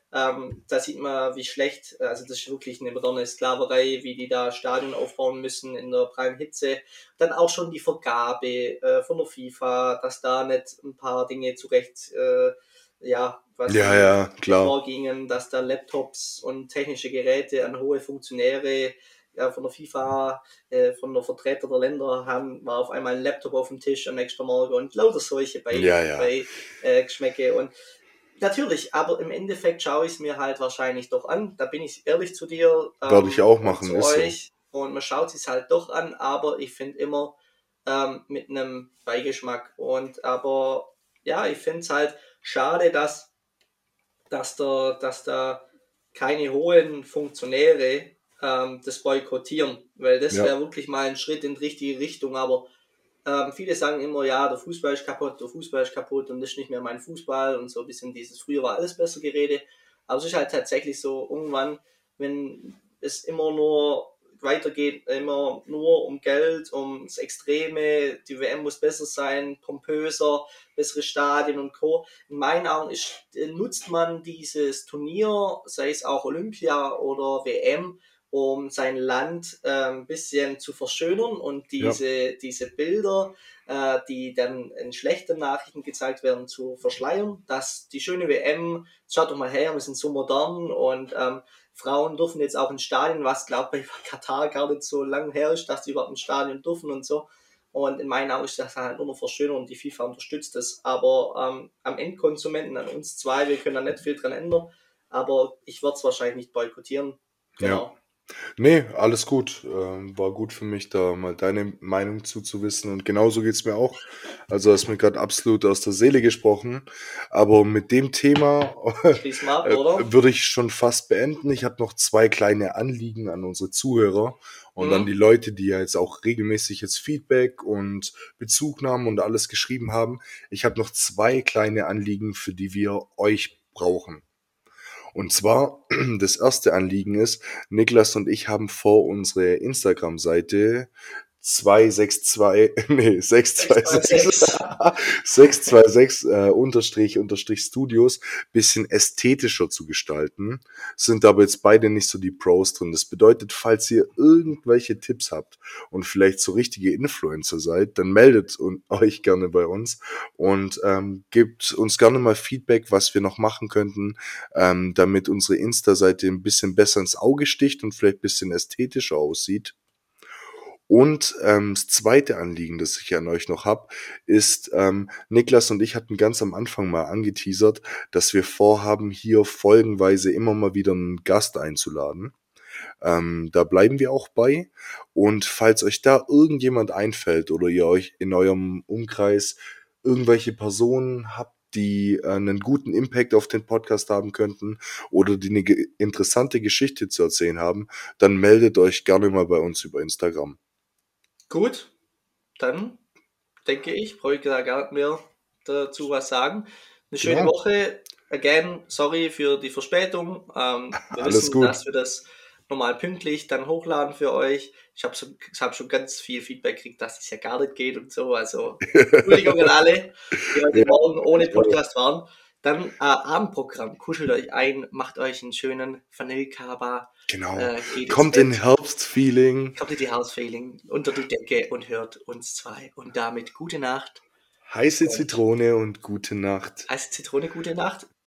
Ähm, da sieht man, wie schlecht, also das ist wirklich eine moderne Sklaverei, wie die da Stadien aufbauen müssen in der prallen Hitze. Dann auch schon die Vergabe äh, von der FIFA, dass da nicht ein paar Dinge zurecht, äh, ja, Ja, quasi ja, klar. vorgingen, dass da Laptops und technische Geräte an hohe Funktionäre ja, von der FIFA, äh, von der Vertreter der Länder haben, war auf einmal ein Laptop auf dem Tisch am nächsten Morgen und lauter solche bei, Ja, ja. bei äh, Geschmäcke. Und natürlich, aber im Endeffekt schaue ich es mir halt wahrscheinlich doch an. Da bin ich ehrlich zu dir Würde ich ähm, auch und machen, zu ist so. euch. Und man schaut es halt doch an, aber ich finde immer ähm, mit einem Beigeschmack. Und aber ja, ich finde es halt schade, dass, dass, da, dass da keine hohen Funktionäre ähm, das boykottieren, weil das Ja. wäre wirklich mal ein Schritt in die richtige Richtung. Aber ähm, viele sagen immer, ja, der Fußball ist kaputt, der Fußball ist kaputt und das ist nicht mehr mein Fußball und so ein bisschen dieses früher war alles besser Gerede. Aber es ist halt tatsächlich so, irgendwann, wenn es immer nur weitergeht, immer nur um Geld, ums Extreme, die W M muss besser sein, pompöser, bessere Stadien und Co. In meinen Augen ist, nutzt man dieses Turnier, sei es auch Olympia oder W M, um sein Land äh, ein bisschen zu verschönern und Ja. diese, diese Bilder, äh, die dann in schlechten Nachrichten gezeigt werden, zu verschleiern. Dass die schöne W M, schaut doch mal her, wir sind so modern und ähm, Frauen dürfen jetzt auch ins Stadion, was glaube ich bei Katar gar nicht so lang her ist, dass die überhaupt ins Stadion dürfen und so. Und in meinen Augen ist das halt nur noch Verschönerung und die FIFA unterstützt das. Aber ähm, am Endkonsumenten, an uns zwei, wir können da nicht viel dran ändern. Aber ich werde es wahrscheinlich nicht boykottieren. Ja. Genau. Nee, alles gut. Ähm, war gut für mich, da mal deine Meinung zuzuwissen. Und genauso geht's mir auch. Also hast mir gerade absolut aus der Seele gesprochen. Aber mit dem Thema Schließ mal ab, äh, oder? würde ich schon fast beenden. Ich habe noch zwei kleine Anliegen an unsere Zuhörer und an die Mhm. Leute, die ja jetzt auch regelmäßig jetzt Feedback und Bezugnahmen und alles geschrieben haben. Ich habe noch zwei kleine Anliegen, für die wir euch brauchen. Und zwar, das erste Anliegen ist, Niklas und ich haben vor, unsere Instagram-Seite zwei sechs zwei, nee, sechs zwei sechs, sechs zwei sechs. sechs zwei sechs äh, Unterstrich Unterstrich Studios bisschen ästhetischer zu gestalten. Sind aber jetzt beide nicht so die Pros drin. Das bedeutet, falls ihr irgendwelche Tipps habt und vielleicht so richtige Influencer seid, dann meldet un- euch gerne bei uns und ähm, gebt uns gerne mal Feedback, was wir noch machen könnten, ähm, damit unsere Insta-Seite ein bisschen besser ins Auge sticht und vielleicht ein bisschen ästhetischer aussieht. Und ähm, das zweite Anliegen, das ich an euch noch habe, ist, ähm, Niklas und ich hatten ganz am Anfang mal angeteasert, dass wir vorhaben, hier folgenweise immer mal wieder einen Gast einzuladen. Ähm, da bleiben wir auch bei. Und falls euch da irgendjemand einfällt oder ihr euch in eurem Umkreis irgendwelche Personen habt, die äh, einen guten Impact auf den Podcast haben könnten oder die eine ge interessante Geschichte zu erzählen haben, dann meldet euch gerne mal bei uns über Instagram. Gut, dann denke ich, brauche ich da gar nicht mehr dazu was sagen. Eine schöne Genau, Woche. Again, sorry für die Verspätung. Ähm, wir alles wissen, gut. dass wir das normal pünktlich dann hochladen für euch. Ich habe schon, ich hab schon ganz viel Feedback gekriegt, dass es ja gar nicht geht und so. Also Entschuldigung an alle, die heute Ja, Morgen ohne ja, Podcast waren. Dann äh, Abendprogramm. Kuschelt euch ein, macht euch einen schönen Vanillekaba, genau. äh, geht ins Kommt in Bett, Herbstfeeling. kommt in die House-Feeling unter die Decke und hört uns zwei. Und damit gute Nacht Heiße und Zitrone und gute Nacht. heiße Zitrone, gute Nacht.